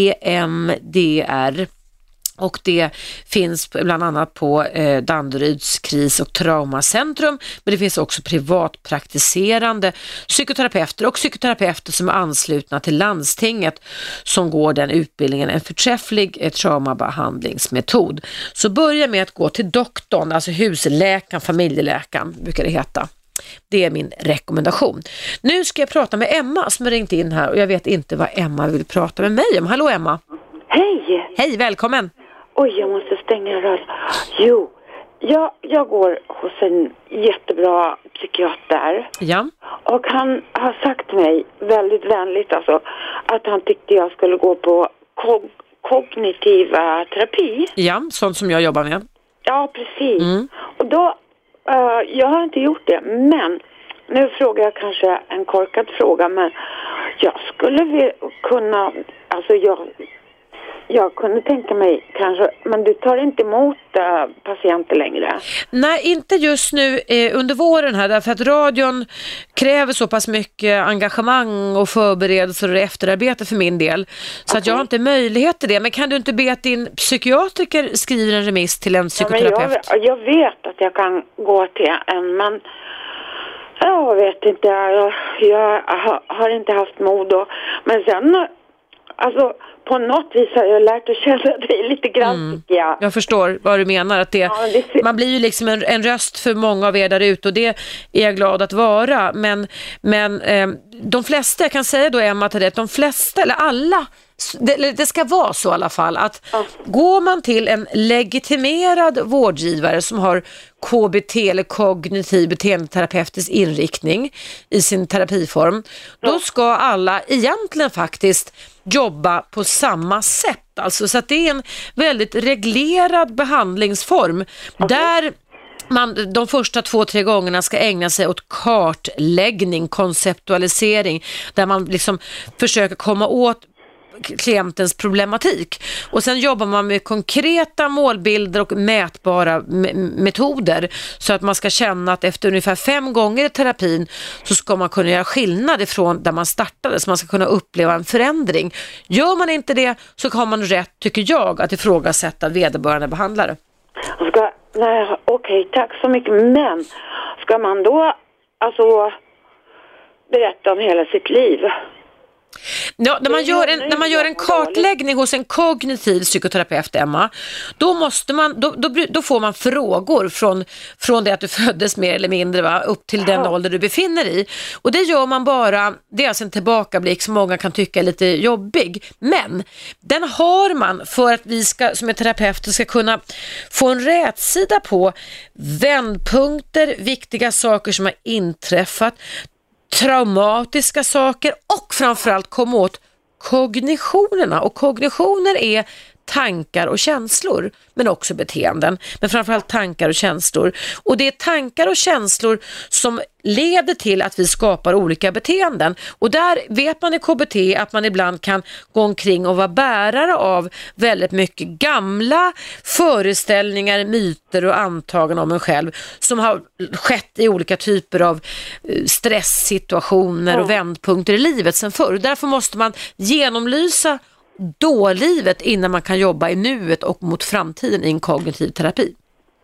EMDR. Och det finns bland annat på Danderyds kris- och traumacentrum, men det finns också privatpraktiserande psykoterapeuter och psykoterapeuter som är anslutna till landstinget som går den utbildningen, en förträfflig traumabehandlingsmetod. Så börja med att gå till doktorn, alltså husläkaren, familjeläkaren brukar det heta. Det är min rekommendation. Nu ska jag prata med Emma som har ringt in här och jag vet inte vad Emma vill prata med mig om. Hallå Emma! Hej! Hej, välkommen! Oj, jag måste stänga röret. Jo, jag går hos en jättebra psykiater. Ja. Och han har sagt till mig väldigt vänligt alltså, att han tyckte jag skulle gå på kognitiva terapi. Ja, sånt som jag jobbar med. Ja, precis. Och då, jag har inte gjort det, men nu frågar jag kanske en korkad fråga, men jag skulle kunna, alltså jag kunde tänka mig kanske, men du tar inte emot patienter längre? Nej, inte just nu under våren här, därför att radion kräver så pass mycket engagemang och förberedelser och efterarbete för min del. Så att jag har inte möjlighet till det. Men kan du inte be att din psykiatriker skriver en remiss till en psykoterapeut? Ja, jag vet att jag kan gå till en, men jag vet inte, jag har inte haft mod men sen, alltså på något vis har jag lärt att känna dig lite grann, tycker jag. Jag förstår vad du menar. Att man blir ju liksom en röst för många av er där ute och det är jag glad att vara. Men de flesta, jag kan säga då Emma till det, att de flesta, eller alla, det ska vara så i alla fall, att går man till en legitimerad vårdgivare som har KBT eller kognitiv beteendeterapeutisk inriktning i sin terapiform, då ska alla egentligen faktiskt jobba på samma sätt. Alltså, så att det är en väldigt reglerad behandlingsform där man de första 2-3 gångerna ska ägna sig åt kartläggning, konceptualisering, där man liksom försöker komma åt klientens problematik. Och sen jobbar man med konkreta målbilder och mätbara metoder så att man ska känna att efter ungefär 5 gånger i terapin så ska man kunna göra skillnad ifrån där man startade, så man ska kunna uppleva en förändring. Gör man inte det så har man rätt, tycker jag, att ifrågasätta vederbörande behandlare. Okej, tack så mycket. Men ska man då alltså berätta om hela sitt liv? Ja, när man gör en kartläggning hos en kognitiv psykoterapeut, Emma, då måste man då får man frågor från det att du föddes mer eller mindre upp till den ålder du befinner i. Och det gör man bara, det är alltså en tillbakablick som många kan tycka är lite jobbig, men den har man för att vi ska som är terapeuter ska kunna få en rätsida på vändpunkter, viktiga saker som har inträffat, traumatiska saker och framförallt komma åt kognitionerna. Och kognitioner är tankar och känslor, men också beteenden, men framförallt tankar och känslor. Och det är tankar och känslor som leder till att vi skapar olika beteenden. Och där vet man i KBT att man ibland kan gå omkring och vara bärare av väldigt mycket gamla föreställningar, myter och antaganden om en själv som har skett i olika typer av stresssituationer och vändpunkter i livet sen förr. Därför måste man genomlysa dålivet innan man kan jobba i nuet och mot framtiden i en kognitiv terapi.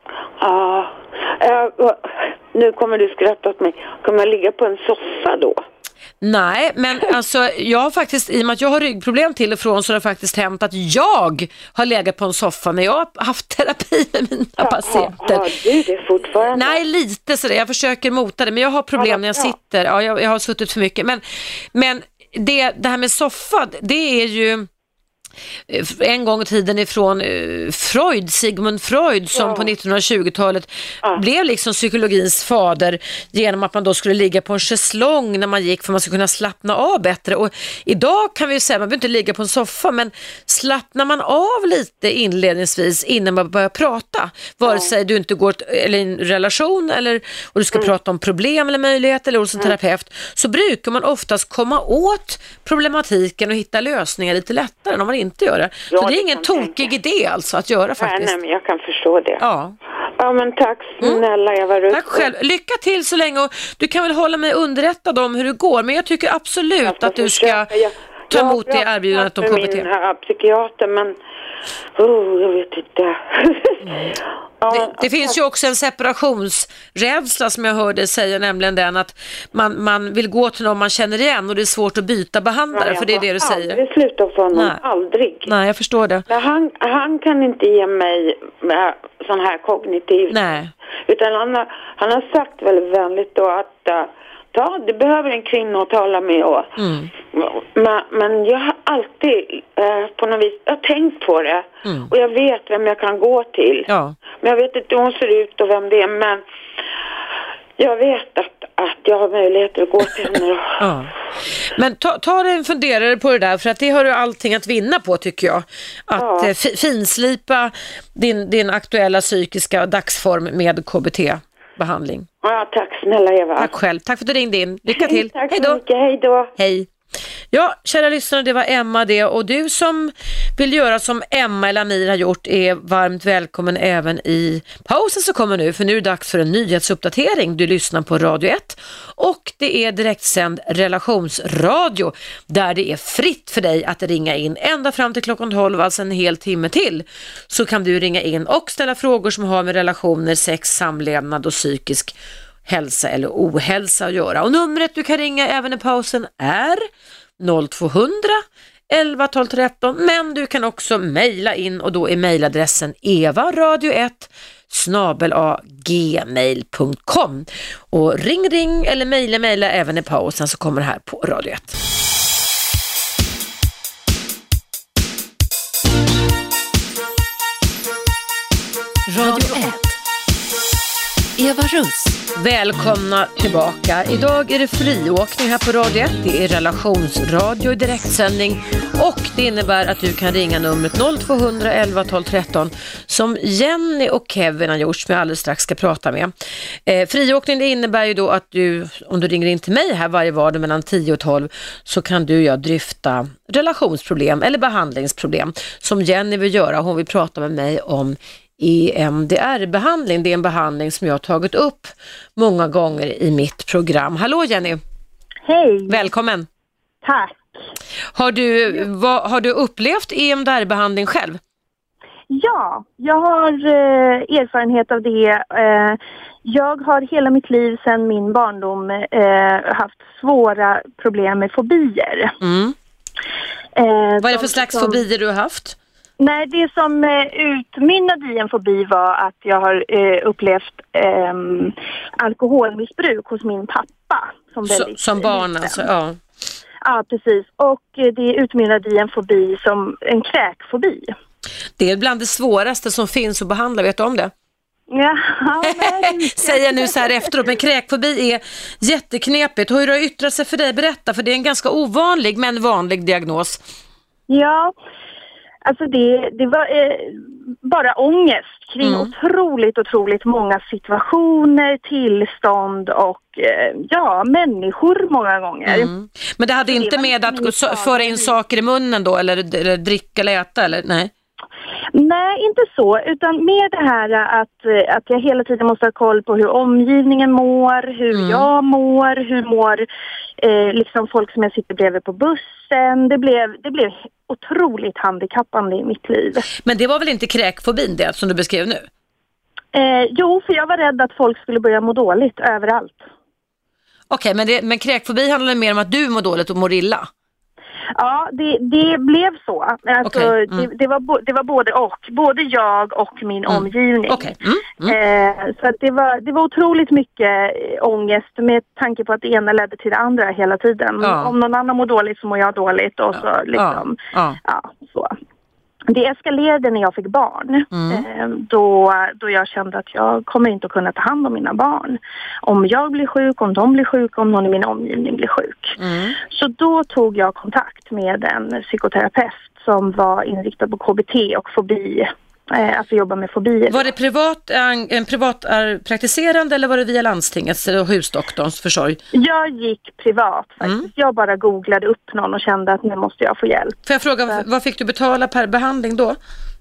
Nu kommer du skratta åt mig. Kommer jag ligga på en soffa då? Nej, men alltså jag har faktiskt, i och med att jag har ryggproblem till och från, så har det faktiskt hänt att jag har legat på en soffa när jag har haft terapi med mina patienter. Har du det fortfarande? Nej, lite sådär. Jag försöker mota det, men jag har problem när jag sitter. Ja, jag har suttit för mycket. Men det här med soffa, det är ju en gång i tiden ifrån Sigmund Freud som på 1920-talet blev liksom psykologins fader genom att man då skulle ligga på en schäslong när man gick för man skulle kunna slappna av bättre. Och idag kan vi säga, man behöver inte ligga på en soffa, men slappnar man av lite inledningsvis innan man börjar prata, vare sig du inte går eller i en relation eller och du ska prata om problem eller möjligheter eller hos en terapeut, så brukar man oftast komma åt problematiken och hitta lösningar lite lättare än om man inte gör det. Så det är ingen tokig idé alltså att göra faktiskt. Nej, men jag kan förstå det. Ja. Ja, men tack snälla Eva Russ. Tack själv. Lycka till så länge, och du kan väl hålla mig underrättad om hur det går, men jag tycker absolut att du ska ta emot det erbjudandet om KBT. Jag har psykiater, men jag vet inte. Det finns ju också en separationsrädsla som jag hörde säga, nämligen den att man vill gå till någon man känner igen och det är svårt att byta behandlare, för det är det du säger. Jag aldrig sluta för honom, aldrig. Nej, jag förstår det. Han kan inte ge mig sån här kognitiv. Nej. Utan han har sagt väldigt vänligt då att du behöver en kvinna att tala med. Men jag har alltid på något vis, jag har tänkt på det. Och jag vet vem jag kan gå till. Ja. Men jag vet inte hur hon ser ut och vem det är. Men jag vet att jag har möjligheter att gå till henne. Ja. Men ta dig en funderare på det där, för att det har du allting att vinna på, tycker jag. Att finslipa din aktuella psykiska dagsform med KBT-behandling. Ja, tack snälla Eva. Tack själv. Tack för att du ringde in. Lycka till. Tack så mycket. Hej då. Hej. Ja, kära lyssnare, det var Emma det. Och du som vill göra som Emma eller Amir har gjort är varmt välkommen även i pausen som kommer nu. För nu är det dags för en nyhetsuppdatering. Du lyssnar på Radio 1 och det är direktsänd relationsradio där det är fritt för dig att ringa in ända fram till klockan 12, alltså en hel timme till. Så kan du ringa in och ställa frågor som har med relationer, sex, samlevnad och psykisk hälsa eller ohälsa att göra. Och numret du kan ringa även i pausen är 0200 11 12 13, men du kan också mejla in och då är mejladressen evaradio1@gmail.com. Och ring eller mejla även i pausen så kommer det här på Radio 1. Radio 1. Eva Russ. Välkomna tillbaka. Idag är det friåkning här på Radio 1. Det är relationsradio i direktsändning och det innebär att du kan ringa numret 0200 11 12 13 som Jenny och Kevin har gjort, som jag alldeles strax ska prata med. Friåkning, det innebär ju då att du, om du ringer in till mig här varje vardag mellan 10 och 12, så kan du och jag dryfta relationsproblem eller behandlingsproblem som Jenny vill göra. Hon vill prata med mig om EMDR-behandling. Det är en behandling som jag har tagit upp många gånger i mitt program. Hallå Jenny! Hej! Välkommen! Tack! Har du upplevt EMDR-behandling själv? Ja, jag har erfarenhet av det. Jag har hela mitt liv sedan min barndom haft svåra problem med fobier. Vad är det för slags fobier du har haft? Nej, det som utmynnade i en fobi var att jag har upplevt alkoholmissbruk hos min pappa. Som barn alltså, ja. Ja, precis. Och det utmynnade i en fobi som en kräkfobi. Det är bland det svåraste som finns att behandla, vet du om det? Ja, säger jag nu så här efteråt, men kräkfobi är jätteknepigt. Hur har det yttrat sig för dig? Berätta, för det är en ganska ovanlig men vanlig diagnos. Ja, alltså det var bara ångest kring otroligt många situationer, tillstånd och människor många gånger. Men det hade inte med att föra in saker i munnen då, eller dricka eller äta, eller nej? Nej, inte så, utan med det här att jag hela tiden måste ha koll på hur omgivningen mår, hur jag mår, hur mår liksom folk som jag sitter bredvid på bussen. Det blev otroligt handikappande i mitt liv. Men det var väl inte kräkfobin det som du beskrev nu? Jo, för jag var rädd att folk skulle börja må dåligt överallt. Okej, men kräkfobi handlar mer om att du mår dåligt och mår illa? Ja, det blev så. Alltså, det var både och. Både jag och min omgivning. Så att det var otroligt mycket ångest med tanke på att det ena ledde till det andra hela tiden. Om någon annan mår dåligt så mår jag dåligt. Och så liksom, så. det eskalerade när jag fick barn. Då jag kände att jag kommer inte att kunna ta hand om mina barn. Om jag blir sjuk, om de blir sjuka, om någon i min omgivning blir sjuk. Så då tog jag kontakt med en psykoterapeut som var inriktad på KBT och fobi. Alltså jobba med fobier. Var det en privat praktiserande eller var det via landstingets och husdoktorns försorg? Jag gick privat faktiskt. Jag bara googlade upp någon och kände att nu måste jag få hjälp. Får jag fråga, vad fick du betala per behandling då?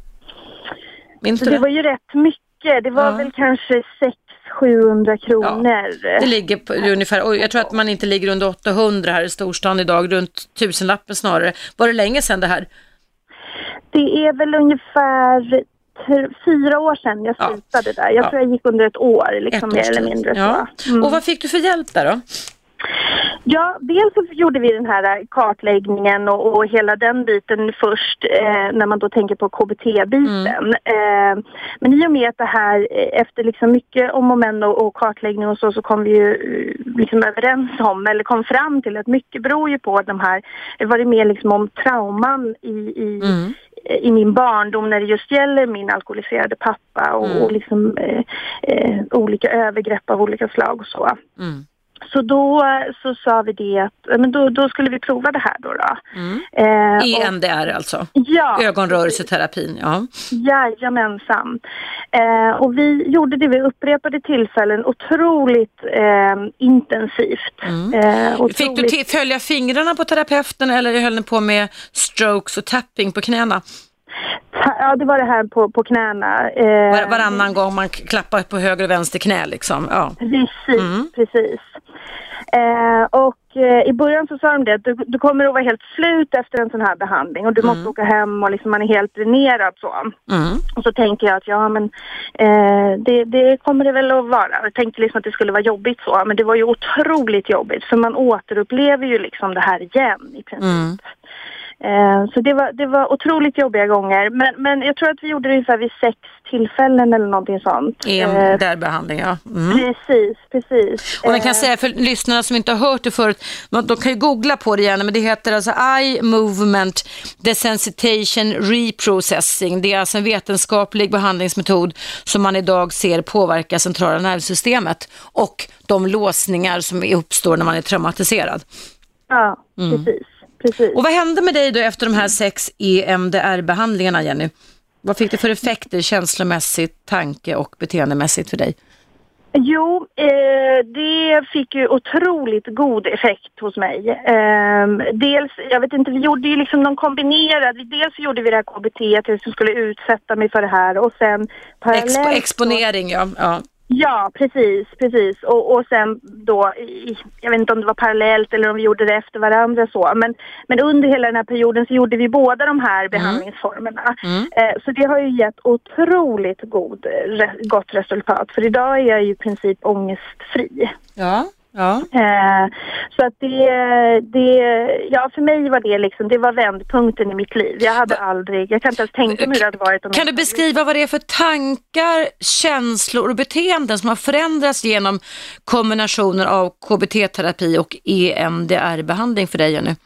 Det var ju rätt mycket. Det var väl kanske 600-700 kronor. Ja, det ligger på ungefär, och jag tror att man inte ligger under 800 här i storstan idag, runt 1000-lappen snarare. Var det länge sedan det här? Det är väl ungefär 4 år sedan jag slutade där. Jag tror jag gick under ett år, liksom mer eller mindre. Ja. Så. Och vad fick du för hjälp där då? Ja, dels så gjorde vi den här kartläggningen och hela den biten först när man då tänker på KBT-biten. Men i och med att det här efter liksom mycket om och men och kartläggning och så kom vi ju liksom överens om, eller kom fram till att mycket beror ju på de här, var det mer liksom om trauman i min barndom när det just gäller min alkoholiserade pappa och liksom olika övergrepp av olika slag och så. Så då så sa vi det att men då skulle vi prova det här då. EMDR alltså? Ja. Ögonrörelseterapin, ja. Jajamensan. Och vi gjorde det vid upprepade tillfällen otroligt intensivt. Fick du följa fingrarna på terapeuten eller höll ni på med strokes och tapping på knäna? Ja, det var det här på knäna. Varannan gång man klappar på höger och vänster knä liksom. Ja. Precis. Och i början så sa de det att du kommer att vara helt slut efter en sån här behandling och du måste åka hem och liksom man är helt dränerad så. Och så tänker jag att det kommer det väl att vara. Jag tänkte liksom att det skulle vara jobbigt så, men det var ju otroligt jobbigt för man återupplever ju liksom det här igen i princip. Så det var otroligt jobbiga gånger. Men jag tror att vi gjorde det ungefär vid 6 tillfällen eller någonting sånt. EMDR-behandling, ja. Precis. Och man kan säga för lyssnarna som inte har hört det förut, de kan ju googla på det gärna, men det heter alltså Eye Movement Desensitization Reprocessing. Det är alltså en vetenskaplig behandlingsmetod som man idag ser påverka centrala nervsystemet och de låsningar som uppstår när man är traumatiserad. Ja, precis. Och vad hände med dig då efter de här 6 EMDR-behandlingarna, Jenny? Vad fick det för effekter känslomässigt, tanke- och beteendemässigt för dig? Jo, det fick ju otroligt god effekt hos mig. Dels, jag vet inte, vi gjorde ju liksom någon kombinerad. Dels gjorde vi det här KBT att jag skulle utsätta mig för det här och sen parallellt... Exponering, ja. Ja, precis. Och sen då, jag vet inte om det var parallellt eller om vi gjorde det efter varandra så. Men under hela den här perioden så gjorde vi båda de här behandlingsformerna. Så det har ju gett otroligt gott resultat. För idag är jag ju i princip ångestfri. Ja. Så att för mig var det liksom, det var vändpunkten i mitt liv. Jag kan inte ens tänka mig hur det hade varit om. Kan du beskriva vad det är för tankar, känslor och beteenden som har förändrats genom kombinationer av KBT-terapi och EMDR-behandling för dig nu?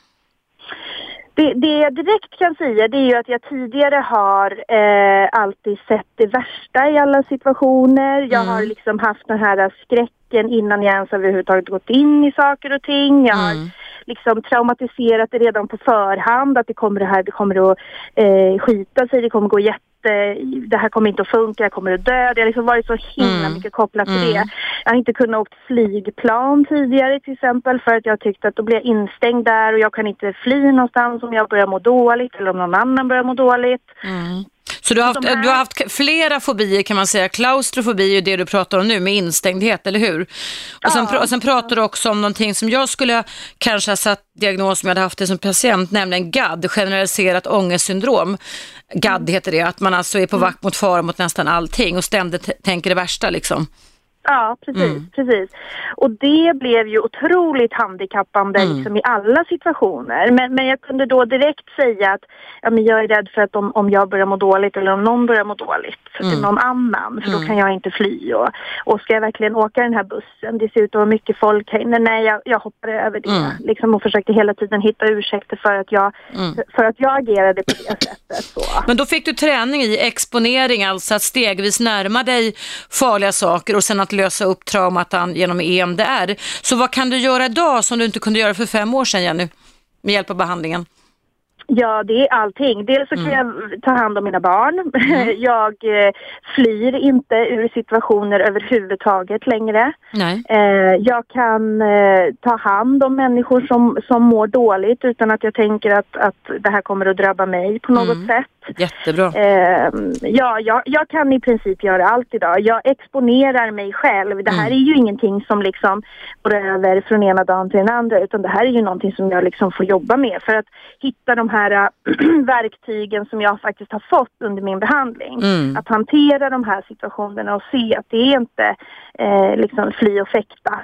Det jag direkt kan säga det är ju att jag tidigare har alltid sett det värsta i alla situationer. Jag har liksom haft den här skräcken innan jag ens överhuvudtaget gått in i saker och ting. Jag har liksom traumatiserat det redan på förhand att det kommer att skita sig, det kommer gå det här kommer inte att funka, jag kommer att dö. Det har liksom varit så himla mycket kopplat till det. Jag har inte kunnat åka flygplan tidigare till exempel för att jag tyckte att då blir jag instängd där och jag kan inte fly någonstans om jag börjar må dåligt eller om någon annan börjar må dåligt. Så du har haft flera fobier kan man säga. Klaustrofobi är ju det du pratar om nu med instängdhet, eller hur? Och sen pratar du också om någonting som jag skulle kanske ha satt diagnos som jag hade haft det som patient, nämligen GAD, generaliserat ångestsyndrom. GAD heter det, att man alltså är på vakt mot fara mot nästan allting och ständigt tänker det värsta liksom. Ja, precis. Och det blev ju otroligt handikappande liksom, i alla situationer. Men jag kunde då direkt säga att men jag är rädd för att om jag börjar må dåligt eller om någon börjar må dåligt så till någon annan, för då kan jag inte fly. Och ska jag verkligen åka den här bussen? Det ser ut att vara mycket folk här inne. Nej, jag hoppade över det. Liksom, och försökte hela tiden hitta ursäkter för att jag agerade på det sättet. Så. Men då fick du träning i exponering, alltså att stegvis närma dig farliga saker och sen att lösa upp traumat genom EMDR. Så vad kan du göra idag som du inte kunde göra för 5 år sedan, Jenny, med hjälp av behandlingen? Ja, det är allting. Dels så kan jag ta hand om mina barn. Jag flyr inte ur situationer överhuvudtaget längre. Nej. Jag kan ta hand om människor som mår dåligt utan att jag tänker att det här kommer att drabba mig på något sätt. Jättebra. Jag kan i princip göra allt idag. Jag exponerar mig själv. Det här är ju ingenting som liksom går över från ena dagen till den andra, utan det här är ju någonting som jag liksom får jobba med för att hitta de här verktygen som jag faktiskt har fått under min behandling. Att hantera de här situationerna och se att det är inte liksom fly och fäkta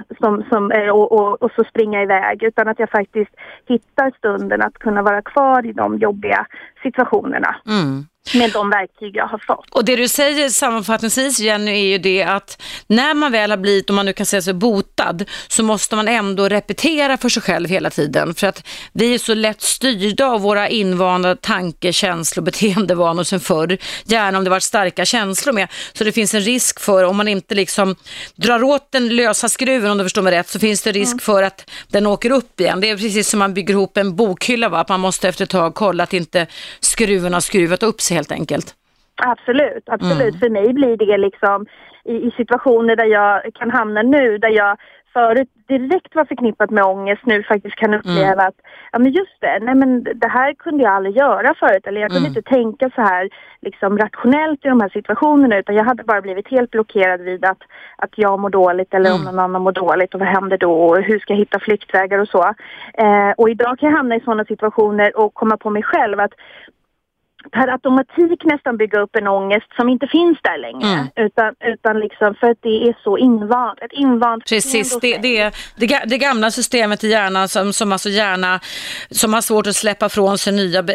och så springa iväg, utan att jag faktiskt hittar stunden att kunna vara kvar i de jobbiga situationerna. Med de verktyg jag har fått. Och det du säger sammanfattningsvis, Jenny, är ju det att när man väl har blivit, om man nu kan säga så, botad, så måste man ändå repetera för sig själv hela tiden. För att vi är så lätt styrda av våra invanda tanke, känslor, beteendevanor sen förr. Gärna om det varit starka känslor med. Så det finns en risk för, om man inte liksom drar åt den lösa skruven, om du förstår mig rätt, så finns det risk för att den åker upp igen. Det är precis som man bygger ihop en bokhylla, va? Att man måste efter ett tag kolla att inte skruven har skruvat upp sig helt enkelt. Absolut. För mig blir det liksom i situationer där jag kan hamna nu, där jag förut direkt var förknippat med ångest, nu faktiskt kan uppleva att men just det, nej men det här kunde jag aldrig göra förut, eller jag kunde inte tänka så här liksom rationellt i de här situationerna, utan jag hade bara blivit helt blockerad vid att jag mår dåligt eller om någon annan mår dåligt, och vad händer då och hur ska jag hitta flyktvägar och så. Och idag kan jag hamna i sådana situationer och komma på mig själv att per automatik nästan bygga upp en ångest som inte finns där längre. Utan liksom för att det är så invant. Precis, det gamla systemet i hjärnan som har svårt att släppa från sig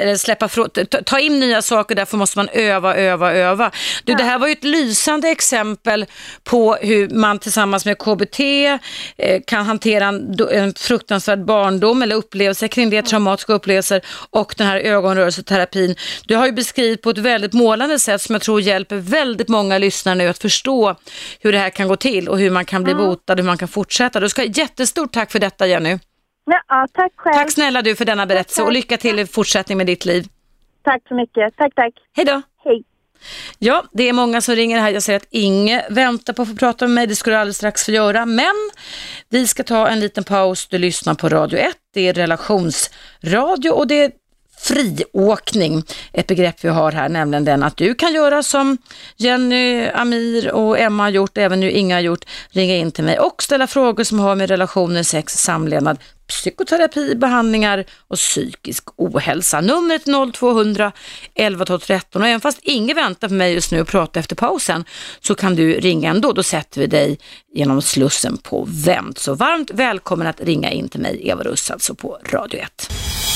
ta in nya saker, därför måste man öva. Det här var ju ett lysande exempel på hur man tillsammans med KBT kan hantera en fruktansvärd barndom eller upplevelser kring det, traumatiska upplevelser, och den här ögonrörelseterapin. Du har ju beskrivit på ett väldigt målande sätt som jag tror hjälper väldigt många lyssnare nu att förstå hur det här kan gå till och hur man kan bli botad, hur man kan fortsätta. Du ska ha jättestort tack för detta, Jenny. Ja, tack själv. Tack snälla du för denna berättelse och lycka till i fortsättning med ditt liv. Tack så mycket. Tack. Hej då. Hej. Ja, det är många som ringer här. Jag säger att Inge väntar på att få prata med mig. Det skulle jag alldeles strax få göra. Men vi ska ta en liten paus. Du lyssnar på Radio 1. Det är relationsradio och det är friåkning, ett begrepp vi har här, nämligen den att du kan göra som Jenny, Amir och Emma har gjort, även nu Inga har gjort, ringa in till mig och ställa frågor som har med relationer, sex, samlevnad, psykoterapi, behandlingar och psykisk ohälsa. Numret 0200 11 12 13, och även fast ingen väntar på mig just nu och pratar efter pausen, så kan du ringa ändå. Då sätter vi dig genom slussen på vänt. Så varmt välkommen att ringa in till mig, Eva Russ, alltså på Radio 1.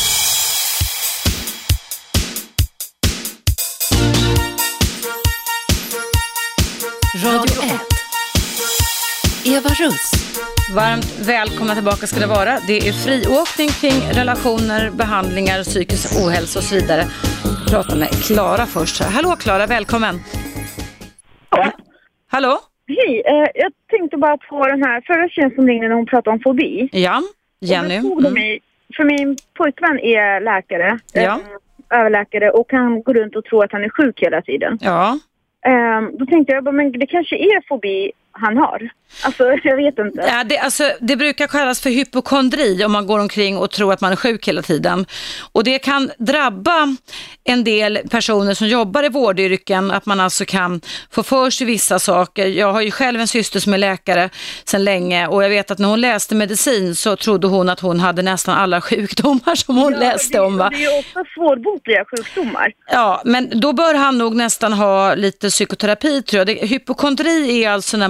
Radio 1. Eva Russ. Varmt välkomna tillbaka ska det vara. Det är friåkning kring relationer, behandlingar, psykisk ohälsa och så vidare. Jag pratar med Klara först. Hallå Klara, välkommen. Ja. Hallå? Hej, jag tänkte bara på den här förra tjejen som ringde när hon pratade om fobi. Ja, Jenny. För min pojkvän är läkare, ja. Överläkare, och han går runt och tror att han är sjuk hela tiden. Ja. Då tänkte jag, men det kanske är fobi han har. Alltså, jag vet inte. Ja, det brukar kallas för hypokondri om man går omkring och tror att man är sjuk hela tiden. Och det kan drabba en del personer som jobbar i vårdyrken, att man alltså kan få för sig vissa saker. Jag har ju själv en syster som är läkare sedan länge, och jag vet att när hon läste medicin så trodde hon att hon hade nästan alla sjukdomar som hon läste om. Va? Det är ju ofta svårbotliga sjukdomar. Ja, men då bör han nog nästan ha lite psykoterapi, tror jag. Hypokondri är alltså när man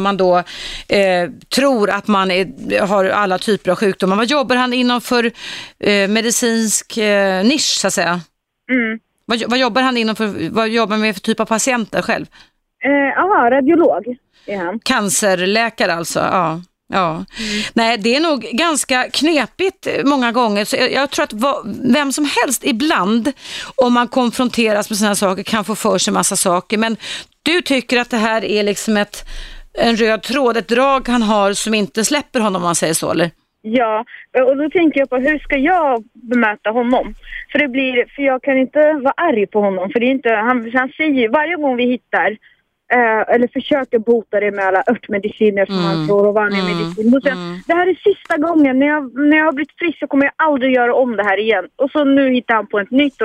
man då tror att man har alla typer av sjukdomar. Vad jobbar han inom för medicinsk nisch så att säga? Vad jobbar han inom för, vad jobbar med för typ av patienter själv? Radiolog är han. Cancerläkare alltså, ja. Nej, det är nog ganska knepigt många gånger. Så jag tror att vem som helst ibland, om man konfronteras med sådana saker, kan få för sig massa saker. Men du tycker att det här är liksom en röd tråd, ett drag han har som inte släpper honom, om man säger så, eller? Ja, och då tänker jag på hur ska jag bemöta honom? För jag kan inte vara arg på honom. För det är inte, han säger varje gång vi hittar eller försöker bota det med alla örtmediciner som man tror och vanlig medicin. Och sen, det här är sista gången. När jag har blivit frisk så kommer jag aldrig göra om det här igen. Och så nu hittar han på ett nytt.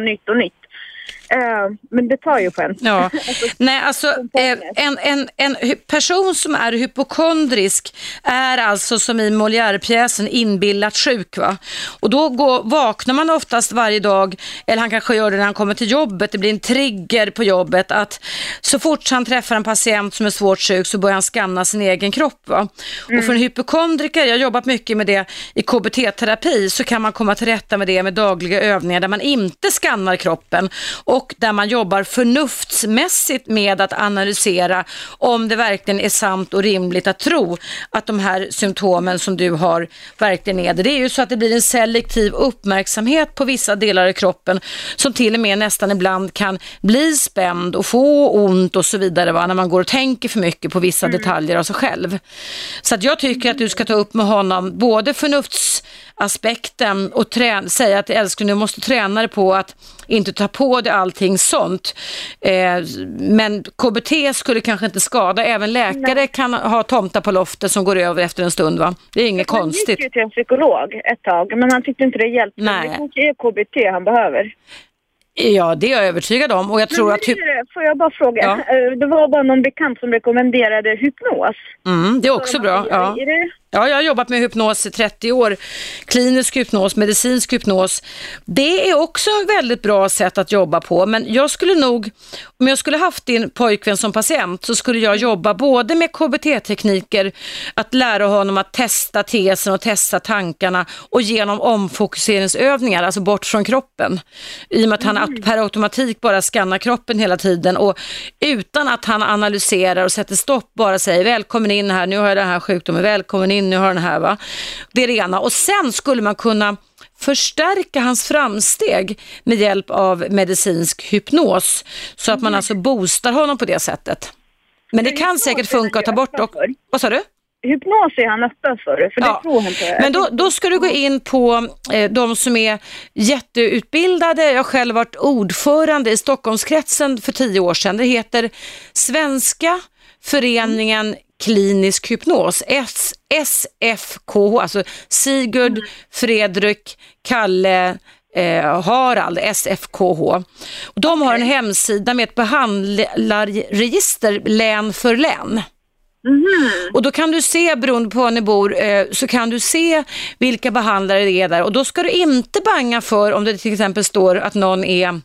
Men det tar ju skämt. Ja. Nej, alltså en person som är hypokondrisk är alltså som i Molière-pjäsen inbillat sjuk, va? Och då vaknar man oftast varje dag, eller han kanske gör det när han kommer till jobbet, det blir en trigger på jobbet att så fort han träffar en patient som är svårt sjuk så börjar han skanna sin egen kropp, va? Och för en hypokondriker, jag har jobbat mycket med det i KBT-terapi, så kan man komma till rätta med det med dagliga övningar där man inte skannar kroppen och där man jobbar förnuftsmässigt med att analysera om det verkligen är sant och rimligt att tro att de här symptomen som du har verkligen är det. Det är ju så att det blir en selektiv uppmärksamhet på vissa delar av kroppen som till och med nästan ibland kan bli spänd och få ont och så vidare, va? När man går och tänker för mycket på vissa detaljer av sig själv. Så att jag tycker att du ska ta upp med honom både förnuftsaspekten och säga att älskling, du måste träna dig på att inte ta på dig allting sånt. Men KBT skulle kanske inte skada. Även läkare kan ha tomtar på loftet som går över efter en stund, va? Det är inget konstigt. Han gick ju till en psykolog ett tag, men han tyckte inte det hjälpte. Nej. Det kanske är KBT han behöver. Ja, det är jag övertygad om. Och jag tror att får jag bara fråga? Ja. Det var bara någon bekant som rekommenderade hypnos. Det är också bra. Ja. Ja, jag har jobbat med hypnos i 30 år. Klinisk hypnos, medicinsk hypnos. Det är också ett väldigt bra sätt att jobba på. Men jag skulle nog, om jag skulle haft din pojkvän som patient, så skulle jag jobba både med KBT-tekniker, att lära honom att testa tesen och testa tankarna, och genom omfokuseringsövningar, alltså bort från kroppen. I och med att han per automatik bara skannar kroppen hela tiden, och utan att han analyserar och sätter stopp, bara säger välkommen in här, nu har jag den här sjukdomen, välkommen in, nu har den här, va? Det är det ena. Och sen skulle man kunna förstärka hans framsteg med hjälp av medicinsk hypnos, så att man alltså boostar honom på det sättet. Men det kan säkert funka att ta bort. Och vad sa du? Hypnos är han öppen för det tror han på. Men då ska du gå in på de som är jätteutbildade. Jag har själv varit ordförande i Stockholmskretsen för 10 år sedan. Det heter Svenska föreningen klinisk hypnos, SFKH, alltså Sigurd, Fredrik, Kalle, Harald, SFKH. Och de har en hemsida med ett behandlarregister län för län. Och då kan du se, beroende på var ni bor, så kan du se vilka behandlare det är där. Och då ska du inte banga för om det till exempel står att någon är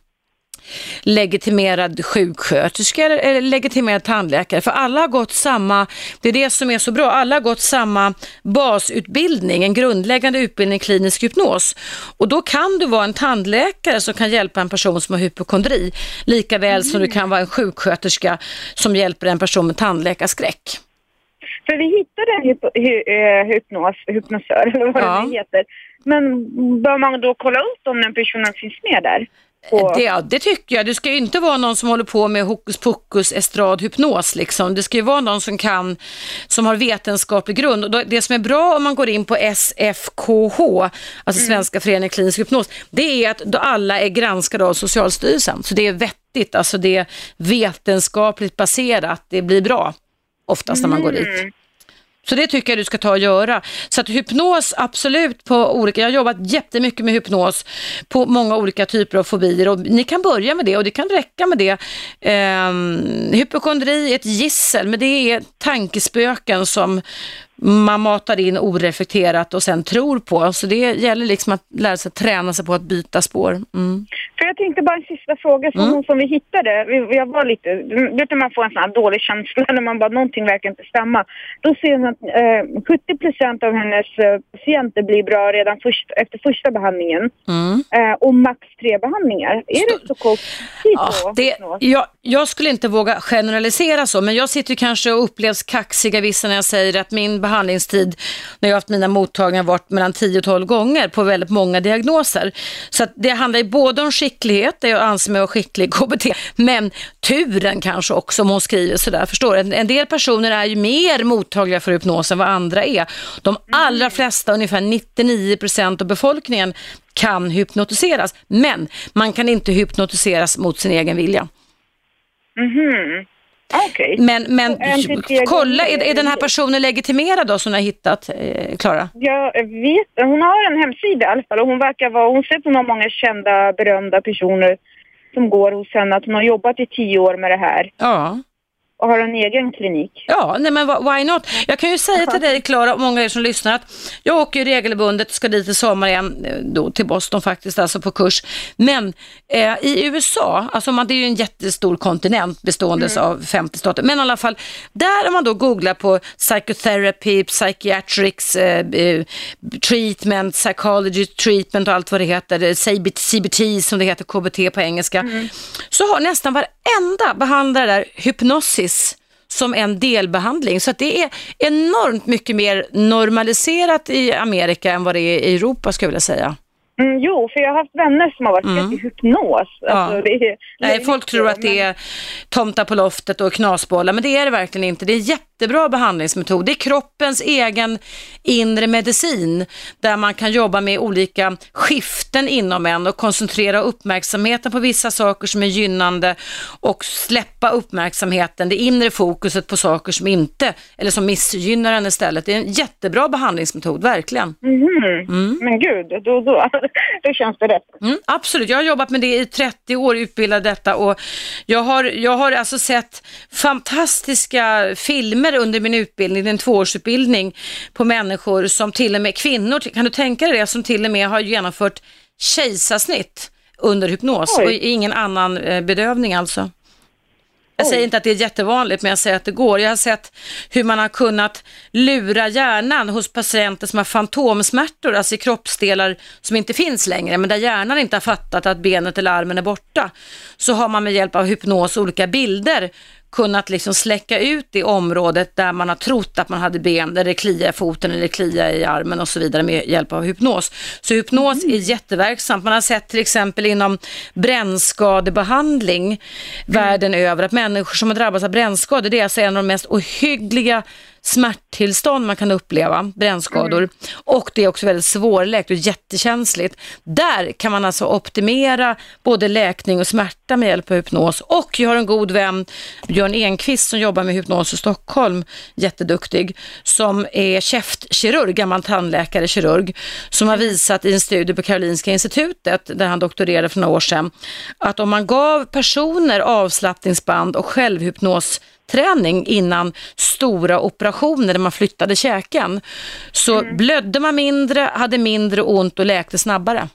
legitimerad sjuksköterska eller legitimerad tandläkare, för alla har gått samma, det är det som är så bra, alla har gått samma basutbildning, en grundläggande utbildning i klinisk hypnos, och då kan du vara en tandläkare som kan hjälpa en person som har hypokondri, lika väl som du kan vara en sjuksköterska som hjälper en person med tandläkarskräck. För vi hittade en hypnosör eller vad det heter, men bör man då kolla upp om den personen finns med där? Det tycker jag. Det ska ju inte vara någon som håller på med hokus pokus estradhypnos liksom. Det ska ju vara någon som har vetenskaplig grund. Och det som är bra om man går in på SFKH, alltså Svenska föreningen klinisk hypnos, det är att då alla är granskade av Socialstyrelsen. Så det är vettigt, alltså det är vetenskapligt baserat. Det blir bra oftast när man går dit. Så det tycker jag du ska ta och göra. Så att hypnos absolut på olika, jag har jobbat jättemycket med hypnos på många olika typer av fobier, och ni kan börja med det och det kan räcka med det. Hypokondri är ett gissel, men det är tankespöken som man matar in oreflekterat och sen tror på. Så det gäller liksom att lära sig träna sig på att byta spår. För jag tänkte bara en sista fråga som vi hittade. Jag var lite, vet du, man får en sån här dålig känsla när man bara, någonting verkar inte stämma. Då ser man att 70% av hennes patienter blir bra redan efter första behandlingen. Och max 3 behandlingar. Är det så kort tid då? Jag skulle inte våga generalisera så, men jag sitter kanske och upplevs kaxiga vissa när jag säger att min behandlingstid när jag har haft mina mottagningar varit mellan 10 och 12 gånger på väldigt många diagnoser. Så att det handlar ju både om skicklighet, där jag anser mig vara skicklig KBT, men turen kanske också, om hon skriver sådär, förstår du? En del personer är ju mer mottagliga för hypnos än vad andra är. De allra flesta, ungefär 99% av befolkningen, kan hypnotiseras, men man kan inte hypnotiseras mot sin egen vilja. Okay. Men kolla, är den här personen legitimerad då som du har hittat, Klara? Jag vet, hon har en hemsida i alla fall, och hon verkar vara, hon ser att hon har många kända, berömda personer som går hos henne, att hon har jobbat i 10 år med det här. Ja. Och har en egen klinik. Ja, nej men why not? Jag kan ju säga till dig, Klara, och många er som lyssnar, att jag åker ju regelbundet, ska dit i sommar igen då, till Boston faktiskt, alltså på kurs. Men i USA, alltså det är ju en jättestor kontinent bestående av 50 stater, men i alla fall, där om man då googlar på psychotherapy, psychiatrics treatment, psychology treatment och allt vad det heter, CBT som det heter, KBT på engelska, så har nästan varenda behandlare där hypnosis som en delbehandling. Så att det är enormt mycket mer normaliserat i Amerika än vad det är i Europa, skulle jag vilja säga. Jo, för jag har haft vänner som har varit i hypnos. Alltså, nej, folk tror att det är tomta på loftet och knasbollar, men det är det verkligen inte. Det är jättebra behandlingsmetod. Det är kroppens egen inre medicin, där man kan jobba med olika skiften inom en och koncentrera uppmärksamheten på vissa saker som är gynnande och släppa uppmärksamheten, det inre fokuset, på saker som inte, eller som missgynnar en istället. Det är en jättebra behandlingsmetod, verkligen. Men gud, då känns det rätt. Absolut, jag har jobbat med det i 30 år, utbildad detta, och jag har alltså sett fantastiska filmer under min utbildning, en 2-årsutbildning, på människor som till och med, kvinnor, kan du tänka dig det, som till och med har genomfört kejsarsnitt under hypnos. Och ingen annan bedövning alltså. Jag säger inte att det är jättevanligt, men jag säger att det går. Jag har sett hur man har kunnat lura hjärnan hos patienter som har fantomsmärtor, alltså i kroppsdelar som inte finns längre, men där hjärnan inte har fattat att benet eller armen är borta. Så har man med hjälp av hypnos och olika bilder kunnat liksom släcka ut det området där man har trott att man hade ben, där det kliar i foten eller kliar i armen och så vidare, med hjälp av hypnos. Så hypnos är jätteverksamt. Man har sett till exempel inom brännskadebehandling världen över att människor som har drabbats av brännskador, det är alltså en av de mest ohyggliga smärttillstånd man kan uppleva, brännskador. Och det är också väldigt svårläkt och jättekänsligt. Där kan man alltså optimera både läkning och smärta med hjälp av hypnos. Och jag har en god vän, Björn Enqvist, som jobbar med hypnos i Stockholm, jätteduktig, som är käftkirurg, gammal tandläkare, kirurg, som har visat i en studie på Karolinska institutet, där han doktorerade för några år sedan, att om man gav personer avslappningsband och självhypnosträning innan stora operationer där man flyttade käken, så blödde man mindre, hade mindre ont och läkte snabbare.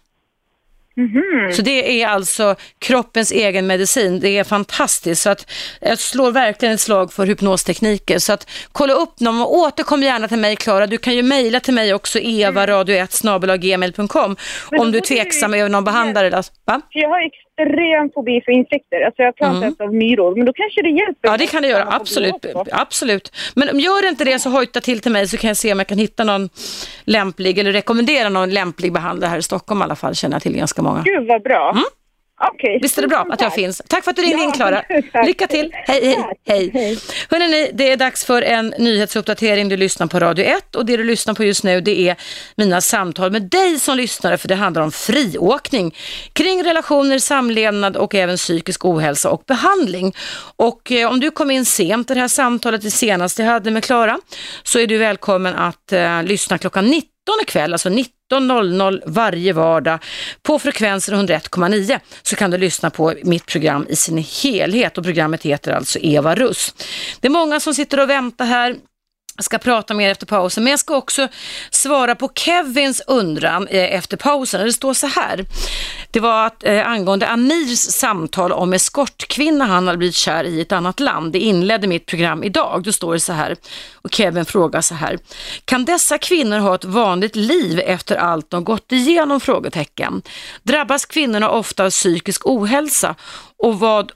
Så det är alltså kroppens egen medicin. Det är fantastiskt. Så att jag slår verkligen ett slag för hypnostekniker. Så att kolla upp någon och återkom gärna till mig, Klara. Du kan ju mejla till mig också, evaradio1@gmail.com, om du är tveksam över någon behandlare. Va? Jag har extrem fobi för insekter. Alltså jag pratar inte om myror, men då kanske det hjälper. Ja, det kan det göra. Absolut. Men gör inte det, så hojta till mig, så kan jag se om jag kan hitta någon lämplig, eller rekommendera någon lämplig behandlare här i Stockholm i alla fall. Känner jag till ganska många. Gud vad bra. Okay. Visst är det bra att jag finns. Tack för att du ringde in, Klara. Lycka till. Hej. Hörrni, det är dags för en nyhetsuppdatering. Du lyssnar på Radio 1, och det du lyssnar på just nu, det är mina samtal med dig som lyssnare, för det handlar om friåkning kring relationer, samlevnad och även psykisk ohälsa och behandling. Och om du kom in sent i det här samtalet, det senaste jag hade med Klara, så är du välkommen att lyssna klockan 19 ikväll, alltså 19.00 varje vardag på frekvensen 101,9, så kan du lyssna på mitt program i sin helhet, och programmet heter alltså Eva Russ. Det är många som sitter och väntar här Jag ska prata mer efter pausen, men jag ska också svara på Kevins undran efter pausen. Det står så här. Det var att, angående Amirs samtal om eskortkvinna han hade blivit kär i ett annat land. Det inledde mitt program idag. Då står det så här. Och Kevin frågar så här. Kan dessa kvinnor ha ett vanligt liv efter allt de gått igenom? Frågetecken. Drabbas kvinnorna ofta av psykisk ohälsa? Och vad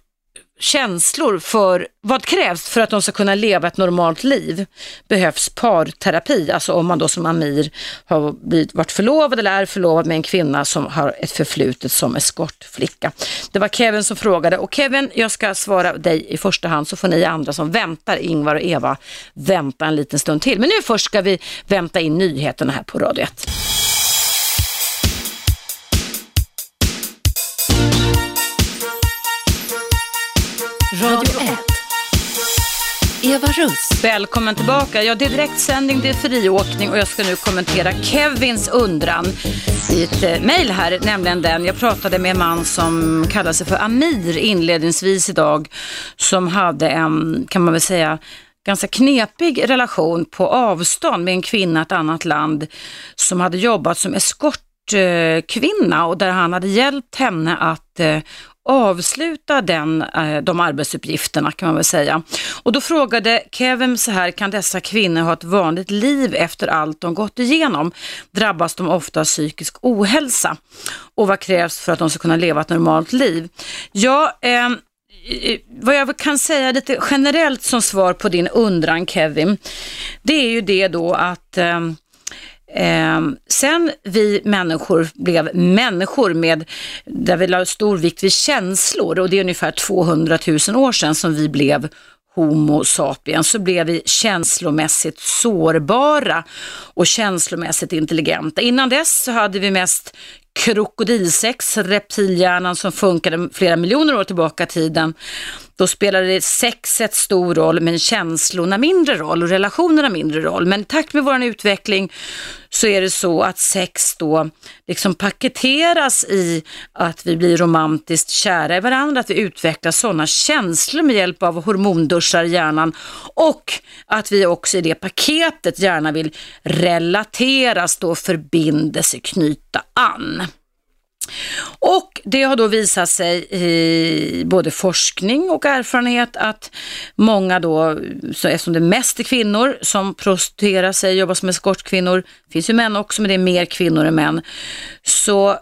krävs för att de ska kunna leva ett normalt liv? Behövs parterapi, alltså om man då som Amir har varit förlovad eller är förlovad med en kvinna som har ett förflutet som eskortflicka. Det var Kevin som frågade, och Kevin, jag ska svara dig i första hand, så får ni andra som väntar, Ingvar och Eva, vänta en liten stund till. Men nu först ska vi vänta in nyheterna här på Radio 1. Radio 1. Eva Russ. Välkommen tillbaka. Ja, det är direktsändning, det är friåkning och jag ska nu kommentera Kevins undran i ett mejl här, nämligen den. Jag pratade med en man som kallar sig för Amir inledningsvis idag, som hade en, kan man väl säga, ganska knepig relation på avstånd med en kvinna i ett annat land som hade jobbat som eskortkvinna och där han hade hjälpt henne att avsluta de arbetsuppgifterna, kan man väl säga. Och då frågade Kevin så här, kan dessa kvinnor ha ett vanligt liv efter allt de gått igenom? Drabbas de ofta av psykisk ohälsa? Och vad krävs för att de ska kunna leva ett normalt liv? Ja, vad jag kan säga lite generellt som svar på din undran, Kevin, det är ju det då att sen vi människor blev människor där vi la stor vikt vid känslor, och det är ungefär 200 000 år sedan som vi blev Homo sapiens, så blev vi känslomässigt sårbara och känslomässigt intelligenta. Innan dess så hade vi mest krokodilsex, reptilhjärnan som funkade flera miljoner år tillbaka i tiden. Då spelade sexet stor roll, men känslorna mindre roll och relationerna mindre roll. Men i takt med vår utveckling så är det så att sex då liksom paketeras i att vi blir romantiskt kära i varandra, att vi utvecklar sådana känslor med hjälp av hormonduschar i hjärnan, och att vi också i det paketet gärna vill relateras, då förbindelse, knyta an. Och det har då visat sig i både forskning och erfarenhet att många då, så eftersom det mest är kvinnor som prostituerar sig, jobbar som eskortkvinnor, finns ju män också men det är mer kvinnor än män, så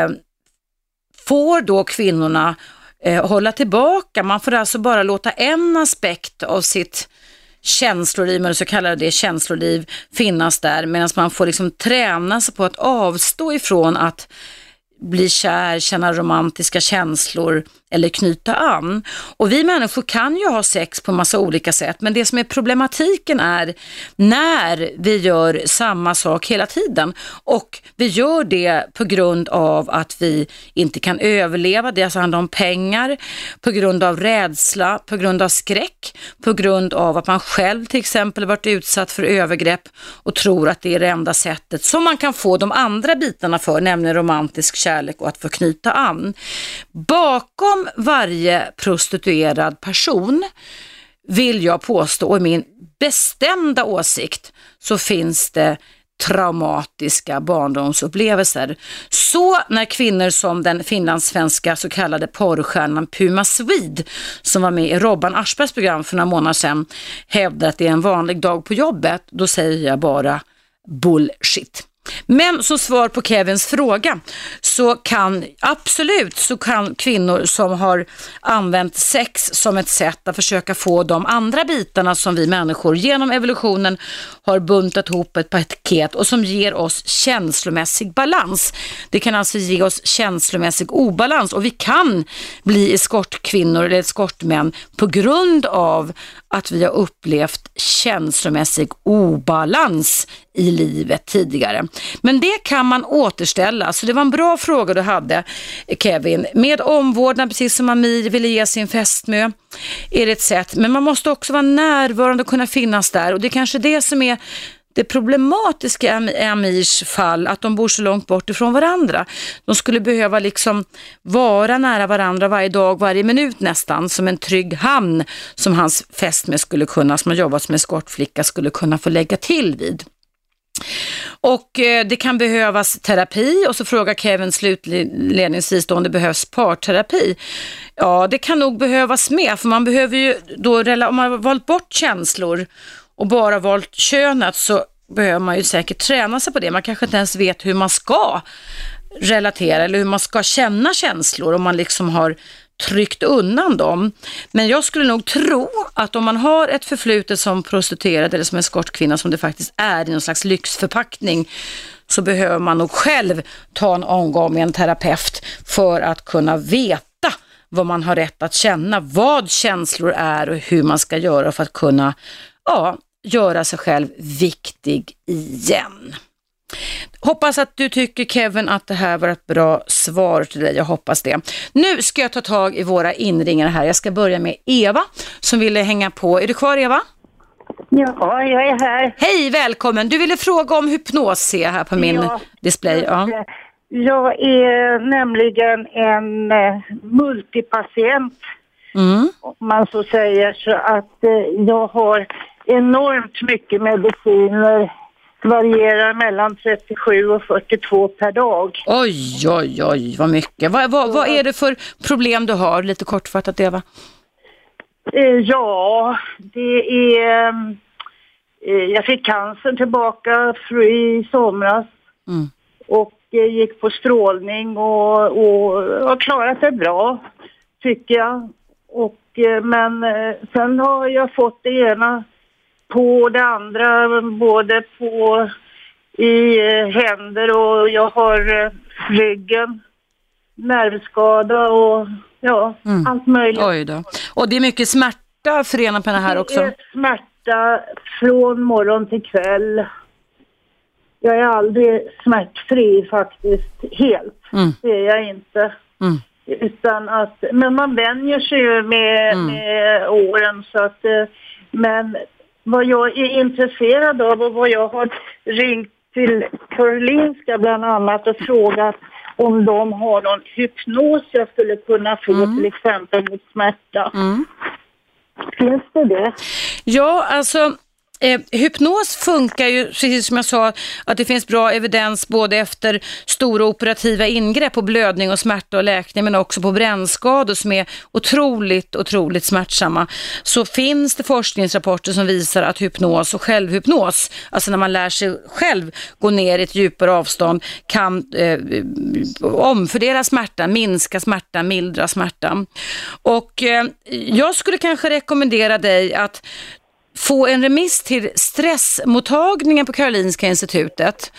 får då kvinnorna hålla tillbaka. Man får alltså bara låta en aspekt av sitt känsloliv, men så kallar det känsloliv, finnas där, medan man får liksom träna sig på att avstå ifrån att bli kär, känna romantiska känslor eller knyta an. Och vi människor kan ju ha sex på massa olika sätt, men det som är problematiken är när vi gör samma sak hela tiden, och vi gör det på grund av att vi inte kan överleva, det handlar om pengar, på grund av rädsla, på grund av skräck, på grund av att man själv till exempel varit utsatt för övergrepp och tror att det är det enda sättet som man kan få de andra bitarna för, nämligen romantisk kärlek och att få knyta an. Bakom varje prostituerad person, vill jag påstå, och min bestämda åsikt, så finns det traumatiska barndomsupplevelser. Så när kvinnor som den finlandssvenska så kallade porrstjärnan Puma Swede, som var med i Robban Aschbergs program för några månader sedan, hävdar att det är en vanlig dag på jobbet, då säger jag bara bullshit. Men som svar på Kevins fråga så kan kvinnor som har använt sex som ett sätt att försöka få de andra bitarna som vi människor genom evolutionen har buntat ihop ett paket och som ger oss känslomässig balans. Det kan alltså ge oss känslomässig obalans, och vi kan bli eskortkvinnor eller eskortmän på grund av att vi har upplevt känslomässig obalans i livet tidigare. Men det kan man återställa. Så det var en bra fråga du hade, Kevin. Med omvårdnad, precis som Amir ville ge sin fästmö, är det ett sätt. Men man måste också vara närvarande och kunna finnas där. Och det är kanske det som är det problematiska i Amirs fall att de bor så långt bort ifrån varandra. De skulle behöva liksom vara nära varandra varje dag, varje minut nästan, som en trygg hamn som hans fästmö skulle kunna, som har jobbat som eskortflicka, skulle kunna få lägga till vid. Och det kan behövas terapi, och så frågar Kevin slutledningsvis då om det behövs parterapi. Ja, det kan nog behövas med, för man behöver ju då, om man har valt bort känslor och bara valt könet, så behöver man ju säkert träna sig på det. Man kanske inte ens vet hur man ska relatera eller hur man ska känna känslor om man liksom har tryckt undan dem. Men jag skulle nog tro att om man har ett förflutet som prostituerad eller som en eskortkvinna, som det faktiskt är i någon slags lyxförpackning, så behöver man nog själv ta en omgång med en terapeut för att kunna veta vad man har rätt att känna, vad känslor är och hur man ska göra för att kunna göra sig själv viktig igen. Hoppas att du tycker, Kevin, att det här var ett bra svar till dig. Jag hoppas det. Nu ska jag ta tag i våra inringar här. Jag ska börja med Eva som ville hänga på. Är du kvar, Eva? Ja, jag är här. Hej, välkommen. Du ville fråga om hypnos, ser jag här på min display. Ja. Jag är nämligen en multipatient, om man så säger, så att jag har enormt mycket mediciner, varierar mellan 37 och 42 per dag. Oj, vad mycket. Vad är det för problem du har? Lite kortfattat, Eva. Ja, det är... jag fick cancer tillbaka i somras. Och gick på strålning och har klarat det bra, tycker jag. Men sen har jag fått det ena på det andra, både i händer, och jag har ryggen, nervskada och allt möjligt. Oj då. Och det är mycket smärta förenat med det här också? Det är smärta från morgon till kväll. Jag är aldrig smärtfri faktiskt, helt. Det är jag inte. Utan att, men man vänjer sig ju med åren, så att, men vad jag är intresserad av och vad jag har ringt till Karolinska bland annat och frågat om de har någon hypnos jag skulle kunna få till exempel mot smärta. Finns det? Ja, alltså hypnos funkar ju, precis som jag sa, att det finns bra evidens både efter stora operativa ingrepp på blödning och smärta och läkning, men också på brännskador som är otroligt smärtsamma. Så finns det forskningsrapporter som visar att hypnos och självhypnos, alltså när man lär sig själv gå ner i ett djupare avstånd, kan omfördela smärta, minska smärta, mildra smärta. Och jag skulle kanske rekommendera dig att få en remiss till stressmottagningen på Karolinska institutet.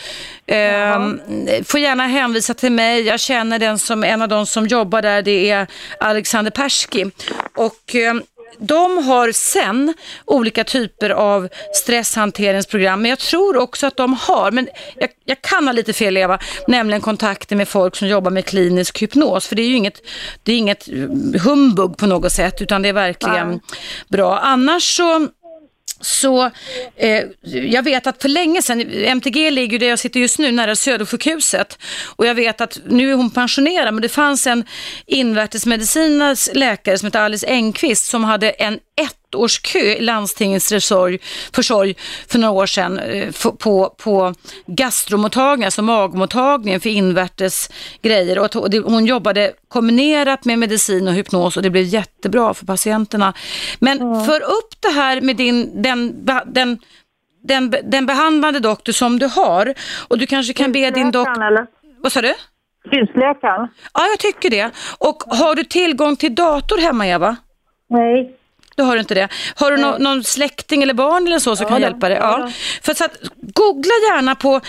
Får gärna hänvisa till mig. Jag känner en av de som jobbar där, det är Alexander Persky. Och de har sen olika typer av stresshanteringsprogram, men jag tror också att de har, men jag kan ha lite fel, Eva, nämligen kontakter med folk som jobbar med klinisk hypnos, för det är ju inget humbug på något sätt, utan det är verkligen bra. Annars så jag vet att för länge sedan, MTG ligger där jag sitter just nu nära Södersjukhuset, och jag vet att nu är hon pensionerad, men det fanns en invärtesmedicinens läkare som heter Alice Engqvist som hade en 1-årskö i landstingets försorg för några år sedan på gastromottagningen, alltså magmottagningen för invärtes grejer, och hon jobbade kombinerat med medicin och hypnos, och det blev jättebra för patienterna. Men för upp det här med den behandlande doktor som du har, och du kanske kan be din doktor... Vad sa du? Husläkaren? Ja, jag tycker det. Och har du tillgång till dator hemma, Eva? Nej. Då har du inte det. Har du någon släkting eller barn eller så kan hjälpa dig? Ja. För så att, googla gärna på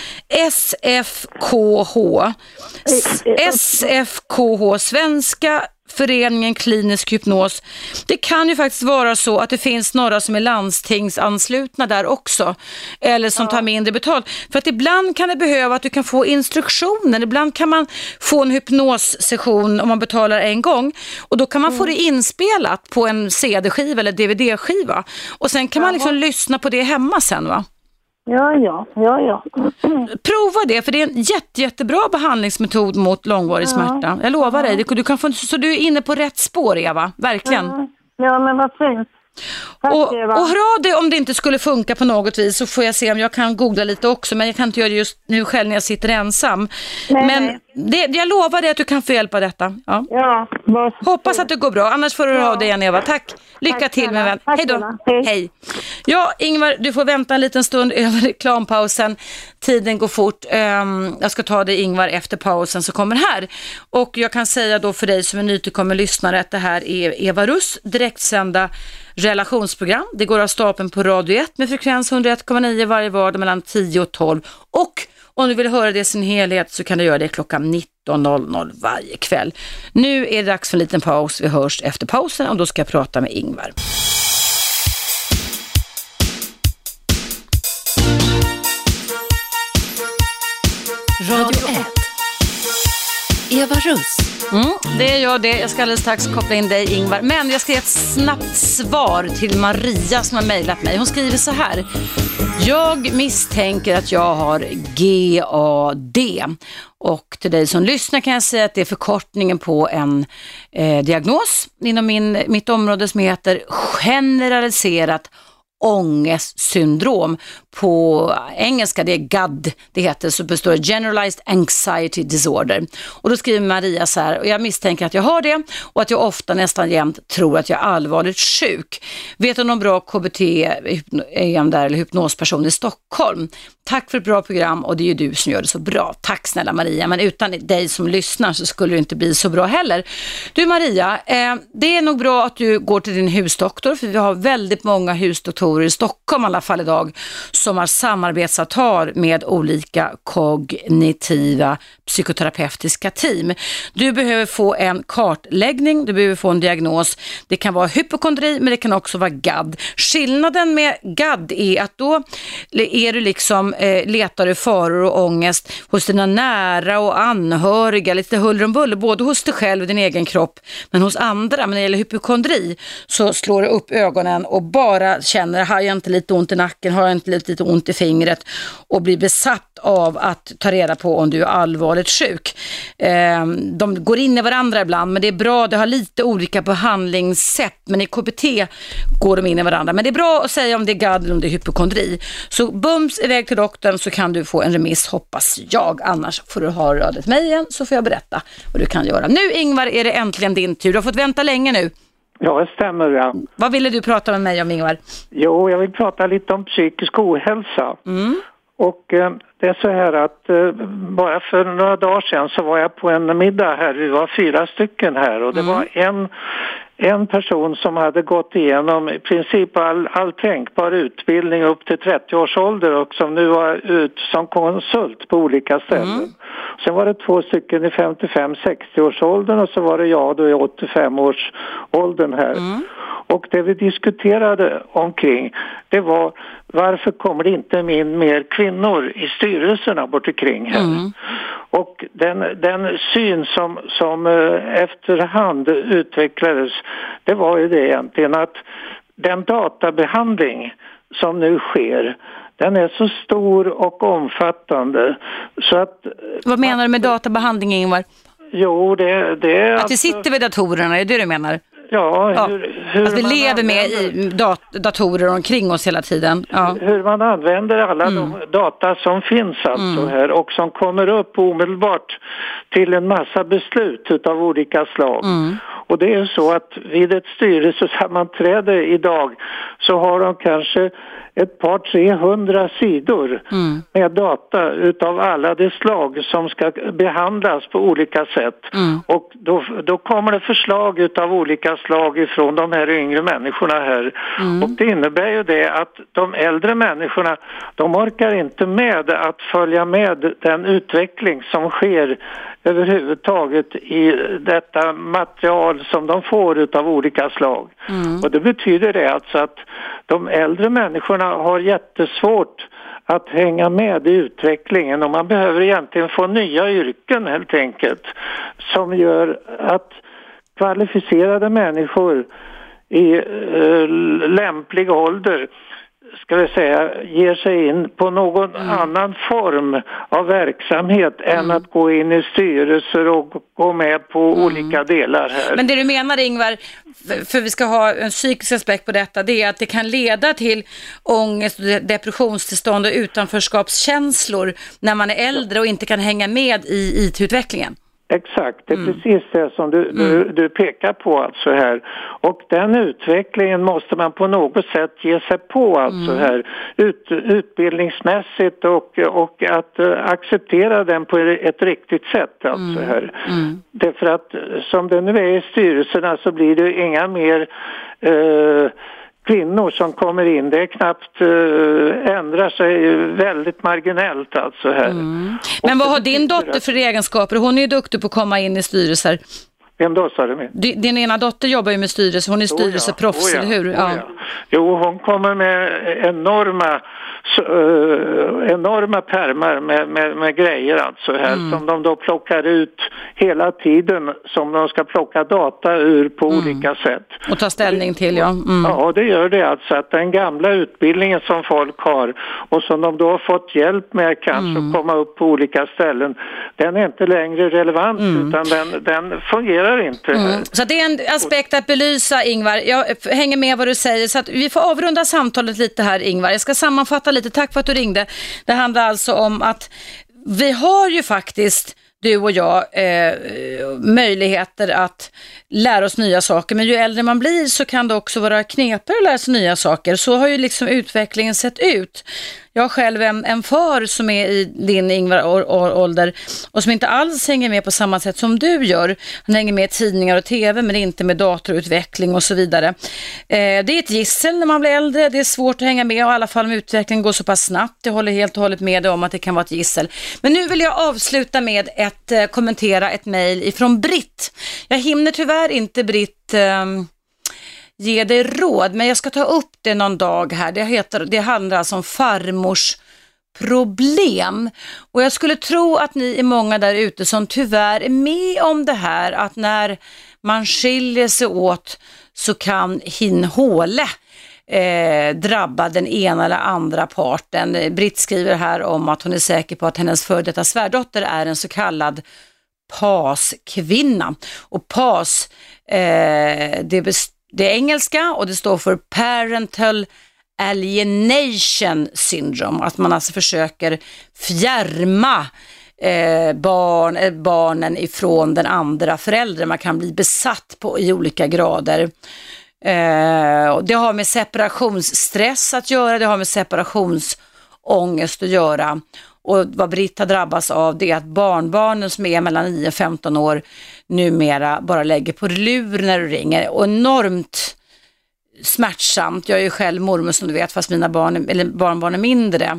SFKH, Svenska föreningen klinisk hypnos. Det kan ju faktiskt vara så att det finns några som är landstingsanslutna där också, eller som tar mindre betalt. För att ibland kan det behöva att du kan få instruktioner, ibland kan man få en hypnossession om man betalar en gång, och då kan man få det inspelat på en CD-skiva eller DVD-skiva, och sen kan man liksom lyssna på det hemma sen, va? Ja. Prova det, för det är en jättebra behandlingsmetod mot långvarig smärta. Jag lovar dig, du kan få, så du är inne på rätt spår, Eva, verkligen. Ja, men vad fint. Tack, och Eva. hör av dig om det inte skulle funka på något vis, så får jag se om jag kan googla lite också, men jag kan inte göra det just nu själv när jag sitter ensam. Men jag lovar dig att du kan få hjälp av detta. Ja. Hoppas att det går bra, annars får du höra av dig igen, Eva. Tack, lycka till med vän. Hej då. Hej. Ja, Ingvar, du får vänta en liten stund över reklampausen. Tiden går fort. Jag ska ta dig, Ingvar, efter pausen så kommer här. Och jag kan säga då för dig som är nytillkommen lyssnare att det här är Eva Russ direktsända relationsprogram. Det går av stapeln på Radio 1 med frekvens 101,9 varje vardag mellan 10 och 12. Och om du vill höra det i sin helhet så kan du göra det klockan 19.00 varje kväll. Nu är det dags för en liten paus. Vi hörs efter pausen och då ska jag prata med Ingvar. Radio 1. Eva Russ. Det är jag det. Jag ska alldeles strax koppla in dig, Ingvar. Men jag ska ge ett snabbt svar till Maria som har mejlat mig. Hon skriver så här: jag misstänker att jag har GAD. Och till dig som lyssnar kan jag säga att det är förkortningen på en diagnos inom mitt område som heter generaliserat ångestsyndrom. På engelska, det är GAD, det heter, så består det Generalized Anxiety Disorder. Och då skriver Maria så här: och jag misstänker att jag har det och att jag ofta nästan jämt tror att jag är allvarligt sjuk. Vet du någon bra KBT eller hypnosperson i Stockholm? Tack för ett bra program, och det är ju du som gör det så bra. Tack snälla Maria, men utan dig som lyssnar så skulle det inte bli så bra heller. Du Maria, det är nog bra att du går till din husdoktor, för vi har väldigt många husdoktorer i Stockholm i alla fall idag som har samarbetsavtal med olika kognitiva psykoterapeutiska team. Du behöver få en kartläggning, du behöver få en diagnos. Det kan vara hypokondri, men det kan också vara GAD. Skillnaden med GAD är att då är du liksom letar du faror och ångest hos dina nära och anhöriga, lite huller om buller, både hos dig själv och din egen kropp, men hos andra. Men när det gäller hypokondri så slår du upp ögonen och bara känner, har jag inte lite ont i nacken, har jag inte lite ont i fingret, och blir besatt av att ta reda på om du är allvarligt sjuk. De går in i varandra ibland, men det är bra, det har lite olika behandlingssätt, men i KBT går de in i varandra. Men det är bra att säga om det är GAD eller om det är hypokondri. Så bums iväg till doktorn så kan du få en remiss, hoppas jag. Annars får du ha rödet mig igen så får jag berätta vad du kan göra. Nu Ingvar är det äntligen din tur. Du har fått vänta länge nu. Ja, det stämmer. Ja. Vad ville du prata med mig om, Ingvar? Jo, jag vill prata lite om psykisk ohälsa. Och det är så här att bara för några dagar sedan så var jag på en middag här. Vi var 4 stycken här och det var en person som hade gått igenom i princip all tänkbar utbildning upp till 30 års ålder och som nu var ut som konsult på olika ställen. Sen var det 2 stycken i 55-60 års åldern och så var det jag då i 85 års åldern här. Och det vi diskuterade omkring, det var varför kommer det inte in mer kvinnor i styrelserna bort omkring här? Och den syn som efterhand utvecklades, det var ju det egentligen att den databehandling som nu sker, den är så stor och omfattande så att... Vad menar du med databehandling, Ingvar? Jo, det är... Att vi sitter vid datorerna, är det du menar? Ja, hur att vi lever med i datorer omkring oss hela tiden. Ja. Hur man använder alla de data som finns alltså här och som kommer upp omedelbart till en massa beslut utav olika slag. Och det är så att vid ett styrelsesammanträde idag så har de kanske ett par 300 sidor med data utav alla de slag som ska behandlas på olika sätt. Och då kommer det förslag utav olika slag ifrån de här yngre människorna här. Och det innebär ju det att de äldre människorna, de orkar inte med att följa med den utveckling som sker överhuvudtaget i detta material som de får utav olika slag. Och det betyder det alltså att de äldre människorna har jättesvårt att hänga med i utvecklingen och man behöver egentligen få nya yrken helt enkelt som gör att kvalificerade människor i lämplig ålder ska vi säga, ger sig in på någon annan form av verksamhet än att gå in i styrelser och gå med på olika delar här. Men det du menar, Ingvar, för vi ska ha en psykisk aspekt på detta, det är att det kan leda till ångest, depressionstillstånd och utanförskapskänslor när man är äldre och inte kan hänga med i IT-utvecklingen. Exakt, det är precis det som du pekar på alltså här. Och den utvecklingen måste man på något sätt ge sig på alltså här. Utbildningsmässigt och att acceptera den på ett riktigt sätt alltså här. Därför att som det nu är i styrelserna så blir det inga mer kvinnor som kommer in. Det är knappt ändrar sig väldigt marginellt alltså här. Men vad har din dotter för egenskaper? Hon är ju duktig på att komma in i styrelser. Vem då, sa du med? Din ena dotter jobbar ju med styrelse. Hon är styrelseproffs, eller hur? Ja. Jo, hon kommer med enorma pärmar med grejer alltså här som de då plockar ut hela tiden, som de ska plocka data ur på olika sätt. Och ta ställning till, ja. Ja, det gör det alltså, att den gamla utbildningen som folk har och som de då har fått hjälp med kanske att komma upp på olika ställen, den är inte längre relevant utan den fungerar inte. Så det är en aspekt att belysa, Ingvar. Jag hänger med vad du säger, så att vi får avrunda samtalet lite här, Ingvar. Jag ska sammanfatta lite. Tack för att du ringde. Det handlar alltså om att vi har ju faktiskt, du och jag, möjligheter att lära oss nya saker. Men ju äldre man blir så kan det också vara knepigare att lära sig nya saker. Så har ju liksom utvecklingen sett ut. Jag har själv en far som är i din, Ingvar, ålder och som inte alls hänger med på samma sätt som du gör. Han hänger med i tidningar och tv men inte med datorutveckling och så vidare. Det är ett gissel när man blir äldre. Det är svårt att hänga med, och i alla fall om utvecklingen går så pass snabbt. Jag håller helt och hållet med om att det kan vara ett gissel. Men nu vill jag avsluta med att kommentera ett mejl ifrån Britt. Jag hinner tyvärr inte, Britt, ge dig råd, men jag ska ta upp det någon dag här. Det handlar alltså om farmors problem. Och jag skulle tro att ni är många där ute som tyvärr är med om det här, att när man skiljer sig åt så kan hinhåle drabba den ena eller andra parten. Britt skriver här om att hon är säker på att hennes före detta svärdotter är en så kallad PAS-kvinna. Och PAS, det är engelska och det står för Parental Alienation Syndrome. Att man alltså försöker fjärma barnen ifrån den andra föräldern. Man kan bli besatt i olika grader. Det har med separationsstress att göra, det har med separationsångest att göra. Och vad Britt har drabbats av, det är att barnbarnen som är mellan 9 och 15 år numera bara lägger på lur när du ringer. Och enormt smärtsamt. Jag är ju själv mormor som du vet, fast mina barnbarn är mindre.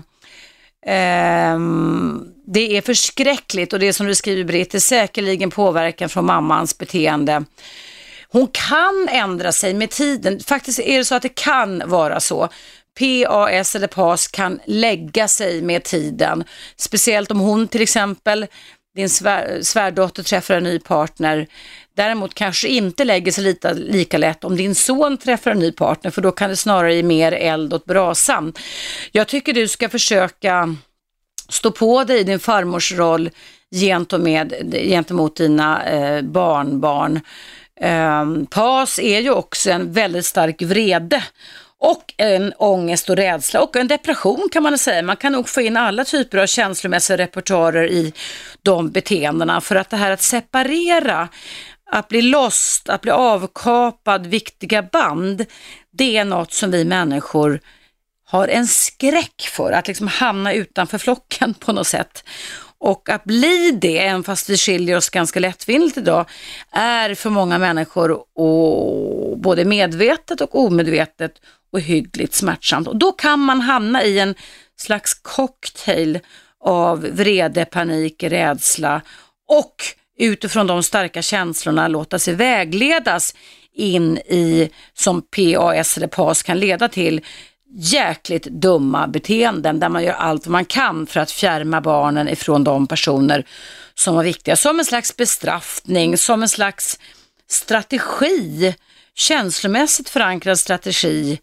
Det är förskräckligt, och det som du skriver, Britt, är säkerligen påverkan från mammans beteende. Hon kan ändra sig med tiden. Faktiskt är det så att det kan vara så. PAS eller PAS kan lägga sig med tiden. Speciellt om hon till exempel, din svärdotter, träffar en ny partner. Däremot kanske inte lägger sig lika lätt om din son träffar en ny partner, för då kan det snarare ge mer eld åt brasan. Jag tycker du ska försöka stå på dig i din farmors roll gentemot dina barnbarn. PAS är ju också en väldigt stark vrede och en ångest och rädsla och en depression, kan man säga. Man kan nog få in alla typer av känslomässiga repertoarer i de beteendena, för att det här att separera, att bli lost, att bli avkapad viktiga band, det är något som vi människor har en skräck för, att liksom hamna utanför flocken på något sätt. Och att bli det, även fast vi skiljer oss ganska lättvindigt idag, är för många människor både medvetet och omedvetet och hyggligt smärtsamt. Och då kan man hamna i en slags cocktail av vrede, panik, rädsla och utifrån de starka känslorna låta sig vägledas in i, som PAS eller PAS kan leda till, jäkligt dumma beteenden där man gör allt vad man kan för att fjärma barnen ifrån de personer som var viktiga, som en slags bestraffning, som en slags strategi, känslomässigt förankrad strategi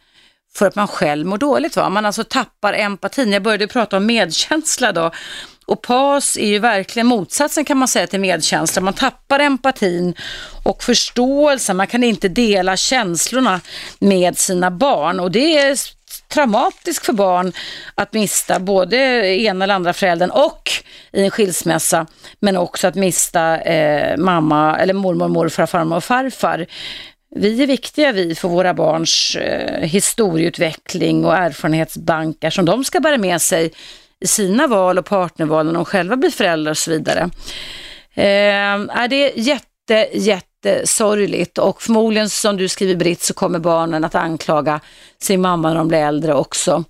för att man själv mår dåligt. Man alltså tappar empatin. Jag började prata om medkänsla då. Och PAS är ju verkligen motsatsen kan man säga till medkänsla. Man tappar empatin och förståelsen. Man kan inte dela känslorna med sina barn. Och det är traumatiskt för barn att mista både ena eller andra föräldern och i en skilsmässa. Men också att mista mamma eller mormor, morfar, farmor och farfar. Vi är viktiga för våra barns historieutveckling och erfarenhetsbankar som de ska bära med sig i sina val och partnerval när de själva blir föräldrar och så vidare. Det är jättesorgligt och förmodligen som du skriver Britt så kommer barnen att anklaga sin mamma när de blir äldre också.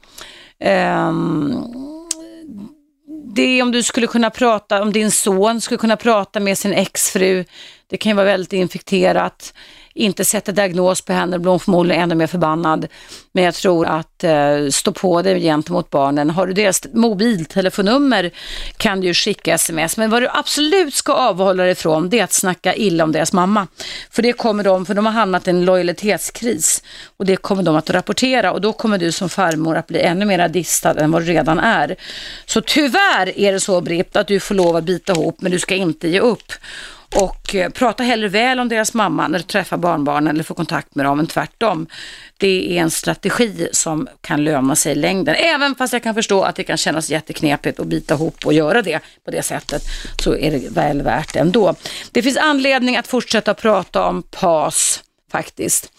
Det är om du skulle kunna prata, om din son skulle kunna prata med sin exfru, det kan ju vara väldigt infekterat. Inte sätta diagnos på henne, blir hon förmodligen ännu mer förbannad. Men jag tror att stå på det gentemot barnen. Har du deras mobiltelefonnummer kan du skicka sms. Men vad du absolut ska avhålla dig ifrån det är att snacka illa om deras mamma. För det kommer för de har hamnat i en lojalitetskris. Och det kommer de att rapportera. Och då kommer du som farmor att bli ännu mer distad än vad du redan är. Så tyvärr är det så, Britt, att du får lov att bita ihop. Men du ska inte ge upp. Och prata hellre väl om deras mamma när du träffar barnbarnen eller får kontakt med dem än tvärtom. Det är en strategi som kan löna sig i längden. Även fast jag kan förstå att det kan kännas jätteknepigt att bita ihop och göra det på det sättet så är det väl värt ändå. Det finns anledning att fortsätta prata om PAS faktiskt.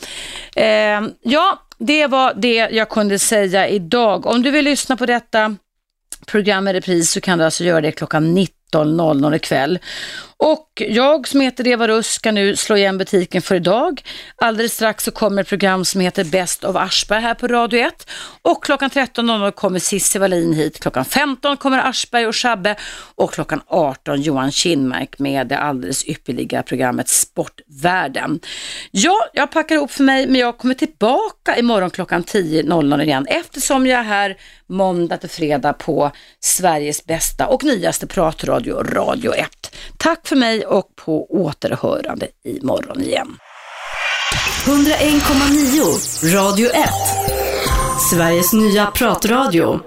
Det var det jag kunde säga idag. Om du vill lyssna på detta program i repris så kan du alltså göra det klockan 19.00 ikväll. Och jag som heter Eva Russ ska nu slå igen butiken för idag. Alldeles strax så kommer ett program som heter Best of Aschberg här på Radio 1. Och klockan 13.00 kommer Cissi Wallin hit. Klockan 15 kommer Aschberg och Schabbe. Och klockan 18 Johan Kinmark med det alldeles ypperliga programmet Sportvärlden. Ja, jag packar ihop för mig men jag kommer tillbaka imorgon klockan 10.00 igen. Eftersom jag är här måndag till fredag på Sveriges bästa och nyaste pratradio Radio 1. Tack för mig och på återhörande imorgon igen. 101,9 Radio 1. Sveriges nya pratradio.